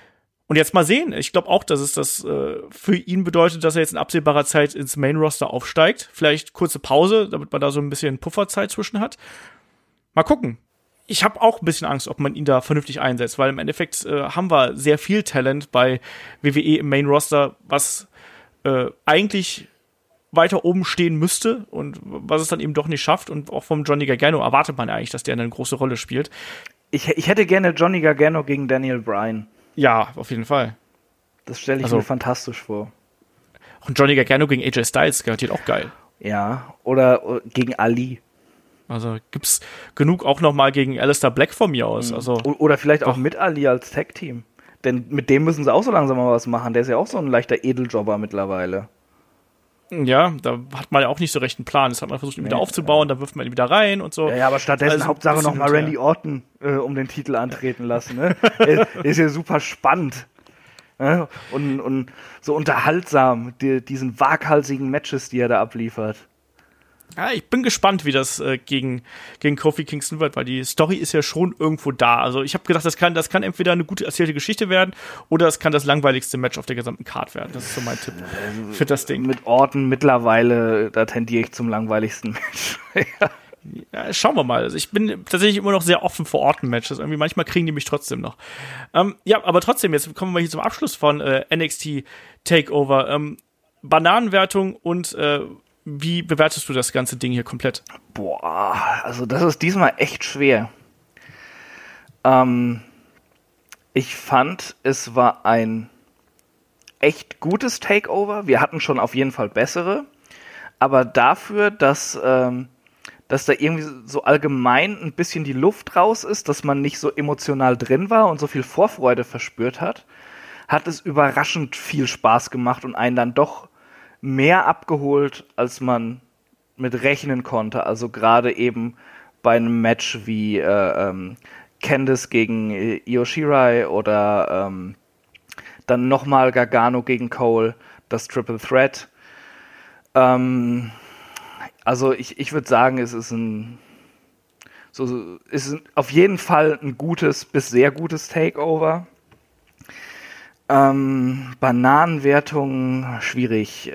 Und jetzt mal sehen. Ich glaube auch, dass es das für ihn bedeutet, dass er jetzt in absehbarer Zeit ins Main-Roster aufsteigt. Vielleicht kurze Pause, damit man da so ein bisschen Pufferzeit zwischen hat. Mal gucken. Ich habe auch ein bisschen Angst, ob man ihn da vernünftig einsetzt, weil im Endeffekt haben wir sehr viel Talent bei WWE im Main-Roster, was eigentlich weiter oben stehen müsste und was es dann eben doch nicht schafft. Und auch vom Johnny Gargano erwartet man eigentlich, dass der eine große Rolle spielt. Ich hätte gerne Johnny Gargano gegen Daniel Bryan. Ja, auf jeden Fall. Das stelle ich mir fantastisch vor. Und Johnny Gargano gegen AJ Styles garantiert auch geil. Ja, oder gegen Ali. Also gibt's genug auch noch mal gegen Aleister Black von mir aus. Also oder vielleicht auch mit Ali als Tag-Team. Denn mit dem müssen sie auch so langsam mal was machen. Der ist ja auch so ein leichter Edeljobber mittlerweile. Ja, da hat man ja auch nicht so recht einen Plan. Das hat man versucht, ihn wieder aufzubauen, dann wirft man ihn wieder rein und so. Ja, aber stattdessen also Hauptsache noch mal Randy Orton um den Titel antreten lassen. Ne? Ist ja super spannend. Ne? Und so unterhaltsam, diesen waghalsigen Matches, die er da abliefert. Ja, ich bin gespannt, wie das gegen Kofi Kingston wird, weil die Story ist ja schon irgendwo da. Also ich habe gedacht, das kann entweder eine gute erzählte Geschichte werden oder es kann das langweiligste Match auf der gesamten Card werden. Das ist so mein Tipp für das Ding. Mit Orton mittlerweile, da tendiere ich zum langweiligsten Match. Ja, schauen wir mal. Also ich bin tatsächlich immer noch sehr offen für Orton-Matches. Irgendwie manchmal kriegen die mich trotzdem noch. Ja, aber trotzdem, jetzt kommen wir hier zum Abschluss von NXT TakeOver. Bananenwertung und wie bewertest du das ganze Ding hier komplett? Boah, also das ist diesmal echt schwer. Ich fand, es war ein echt gutes Takeover. Wir hatten schon auf jeden Fall bessere. Aber dafür, dass da irgendwie so allgemein ein bisschen die Luft raus ist, dass man nicht so emotional drin war und so viel Vorfreude verspürt hat es überraschend viel Spaß gemacht und einen dann doch mehr abgeholt, als man mit rechnen konnte. Also gerade eben bei einem Match wie Candice gegen Io Shirai oder dann nochmal Gargano gegen Cole, das Triple Threat. Also ich würde sagen, es ist auf jeden Fall ein gutes bis sehr gutes Takeover. Bananenwertung, schwierig.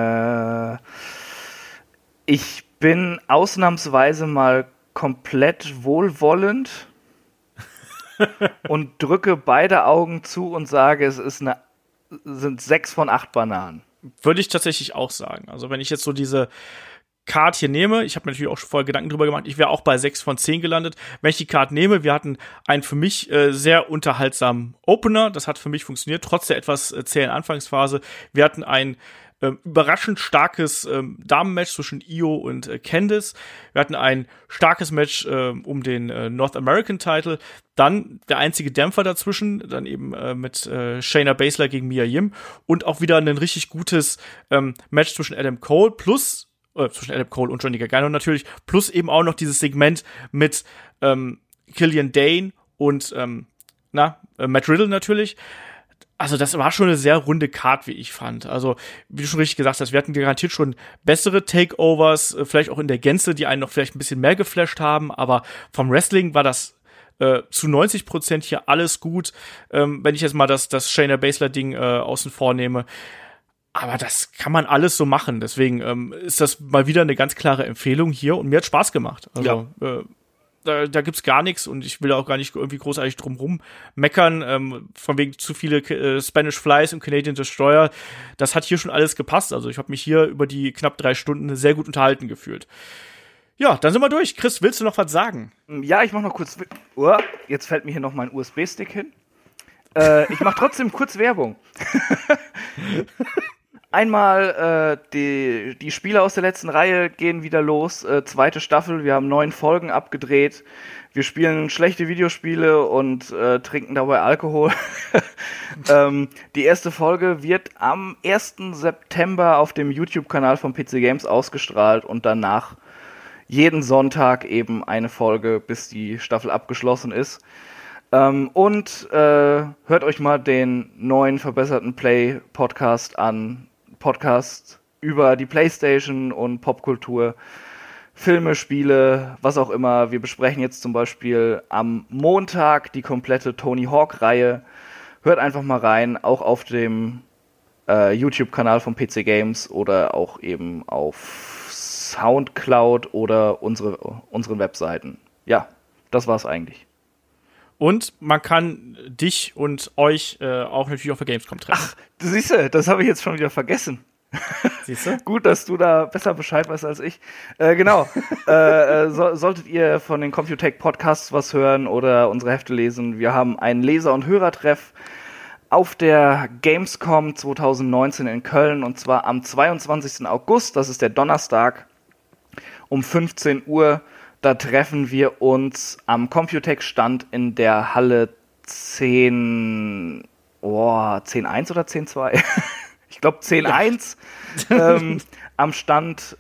Ich bin ausnahmsweise mal komplett wohlwollend und drücke beide Augen zu und sage, sind 6 von 8 Bananen. Würde ich tatsächlich auch sagen. Also wenn ich jetzt so diese Card hier nehme, ich habe mir natürlich auch schon vorher Gedanken drüber gemacht, ich wäre auch bei 6 von 10 gelandet. Wenn ich die Card nehme, wir hatten einen für mich sehr unterhaltsamen Opener, das hat für mich funktioniert, trotz der etwas zähen Anfangsphase. Wir hatten ein überraschend starkes Damenmatch zwischen Io und Candice. Wir hatten ein starkes Match um den North American Title. Dann der einzige Dämpfer dazwischen, dann eben mit Shayna Baszler gegen Mia Yim. Und auch wieder ein richtig gutes Match zwischen Adam Cole und Johnny Gargano natürlich, plus eben auch noch dieses Segment mit Killian Dane und Matt Riddle natürlich. Also das war schon eine sehr runde Card, wie ich fand. Also wie du schon richtig gesagt hast, wir hatten garantiert schon bessere Takeovers, vielleicht auch in der Gänze, die einen noch vielleicht ein bisschen mehr geflasht haben, aber vom Wrestling war das zu 90% hier alles gut, wenn ich jetzt mal das Shayna Baszler-Ding außen vor nehme. Aber das kann man alles so machen. Deswegen ist das mal wieder eine ganz klare Empfehlung hier und mir hat Spaß gemacht. Also da gibt's gar nichts und ich will auch gar nicht irgendwie großartig drum meckern, von wegen zu viele Spanish Flies und Canadian Destroyer. Das hat hier schon alles gepasst. Also ich habe mich hier über die knapp 3 Stunden sehr gut unterhalten gefühlt. Ja, dann sind wir durch. Chris, willst du noch was sagen? Ja, ich mach noch kurz. Jetzt fällt mir hier noch mein USB-Stick hin. Ich mach trotzdem kurz Werbung. Einmal die Spieler aus der letzten Reihe gehen wieder los. 2. Staffel, wir haben 9 Folgen abgedreht. Wir spielen schlechte Videospiele und trinken dabei Alkohol. Die erste Folge wird am 1. September auf dem YouTube-Kanal von PC Games ausgestrahlt und danach jeden Sonntag eben eine Folge, bis die Staffel abgeschlossen ist. Und hört euch mal den neuen verbesserten Play-Podcast an. Podcast über die PlayStation und Popkultur, Filme, Spiele, was auch immer. Wir besprechen jetzt zum Beispiel am Montag die komplette Tony Hawk-Reihe. hört einfach mal rein, auch auf dem YouTube-Kanal von PC Games oder auch eben auf Soundcloud oder unseren Webseiten. Ja, das war's eigentlich. Und man kann dich und euch auch natürlich auf der Gamescom treffen. Ach, du siehst du, das habe ich jetzt schon wieder vergessen. Siehst du? Gut, dass du da besser Bescheid weißt als ich. Genau. Solltet ihr von den Computech Podcasts was hören oder unsere Hefte lesen, wir haben einen Leser- und Hörertreff auf der Gamescom 2019 in Köln und zwar am 22. August, das ist der Donnerstag, um 15 Uhr. Da treffen wir uns am Computech-Stand in der Halle 10.1 oder 10.2? Ich glaube 10.1 am Stand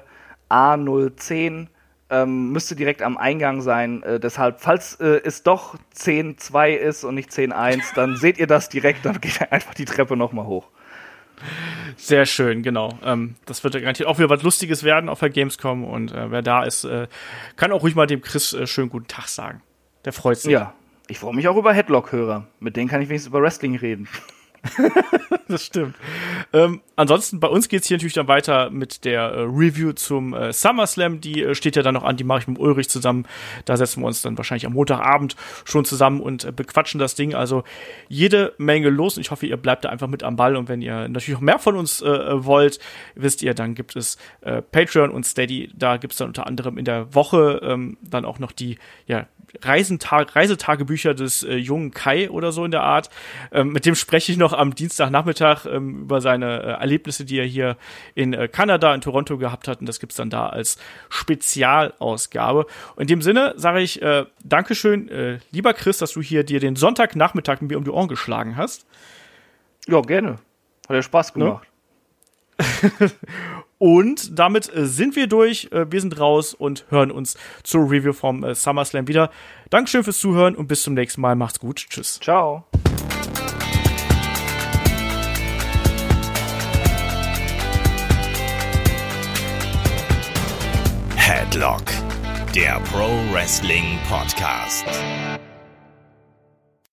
A010. Müsste direkt am Eingang sein. Deshalb, falls es doch 10.2 ist und nicht 10.1, dann seht ihr das direkt, dann geht einfach die Treppe nochmal hoch. Sehr schön, genau. Das wird ja garantiert auch wieder was Lustiges werden auf der Gamescom und wer da ist, kann auch ruhig mal dem Chris schönen guten Tag sagen. Der freut sich. Ja, ich freue mich auch über Headlock-Hörer. Mit denen kann ich wenigstens über Wrestling reden. Das stimmt. Ansonsten, bei uns geht's hier natürlich dann weiter mit der Review zum SummerSlam. Die steht ja dann noch an, die mache ich mit Ulrich zusammen. Da setzen wir uns dann wahrscheinlich am Montagabend schon zusammen und bequatschen das Ding. Also jede Menge los und ich hoffe, ihr bleibt da einfach mit am Ball. Und wenn ihr natürlich noch mehr von uns wollt, wisst ihr, dann gibt es Patreon und Steady. Da gibt's dann unter anderem in der Woche dann auch noch die Reisetagebücher des jungen Kai oder so in der Art. Mit dem spreche ich noch am Dienstagnachmittag über seine Erlebnisse, die er hier in Kanada, in Toronto gehabt hat. Und das gibt's dann da als Spezialausgabe. Und in dem Sinne sage ich Dankeschön, lieber Chris, dass du hier dir den Sonntagnachmittag mit mir um die Ohren geschlagen hast. Ja, gerne. Hat ja Spaß gemacht. Ne? Und damit sind wir durch, wir sind raus und hören uns zur Review vom SummerSlam wieder. Dankeschön fürs Zuhören und bis zum nächsten Mal. Macht's gut. Tschüss. Ciao. Headlock, der Pro Wrestling Podcast.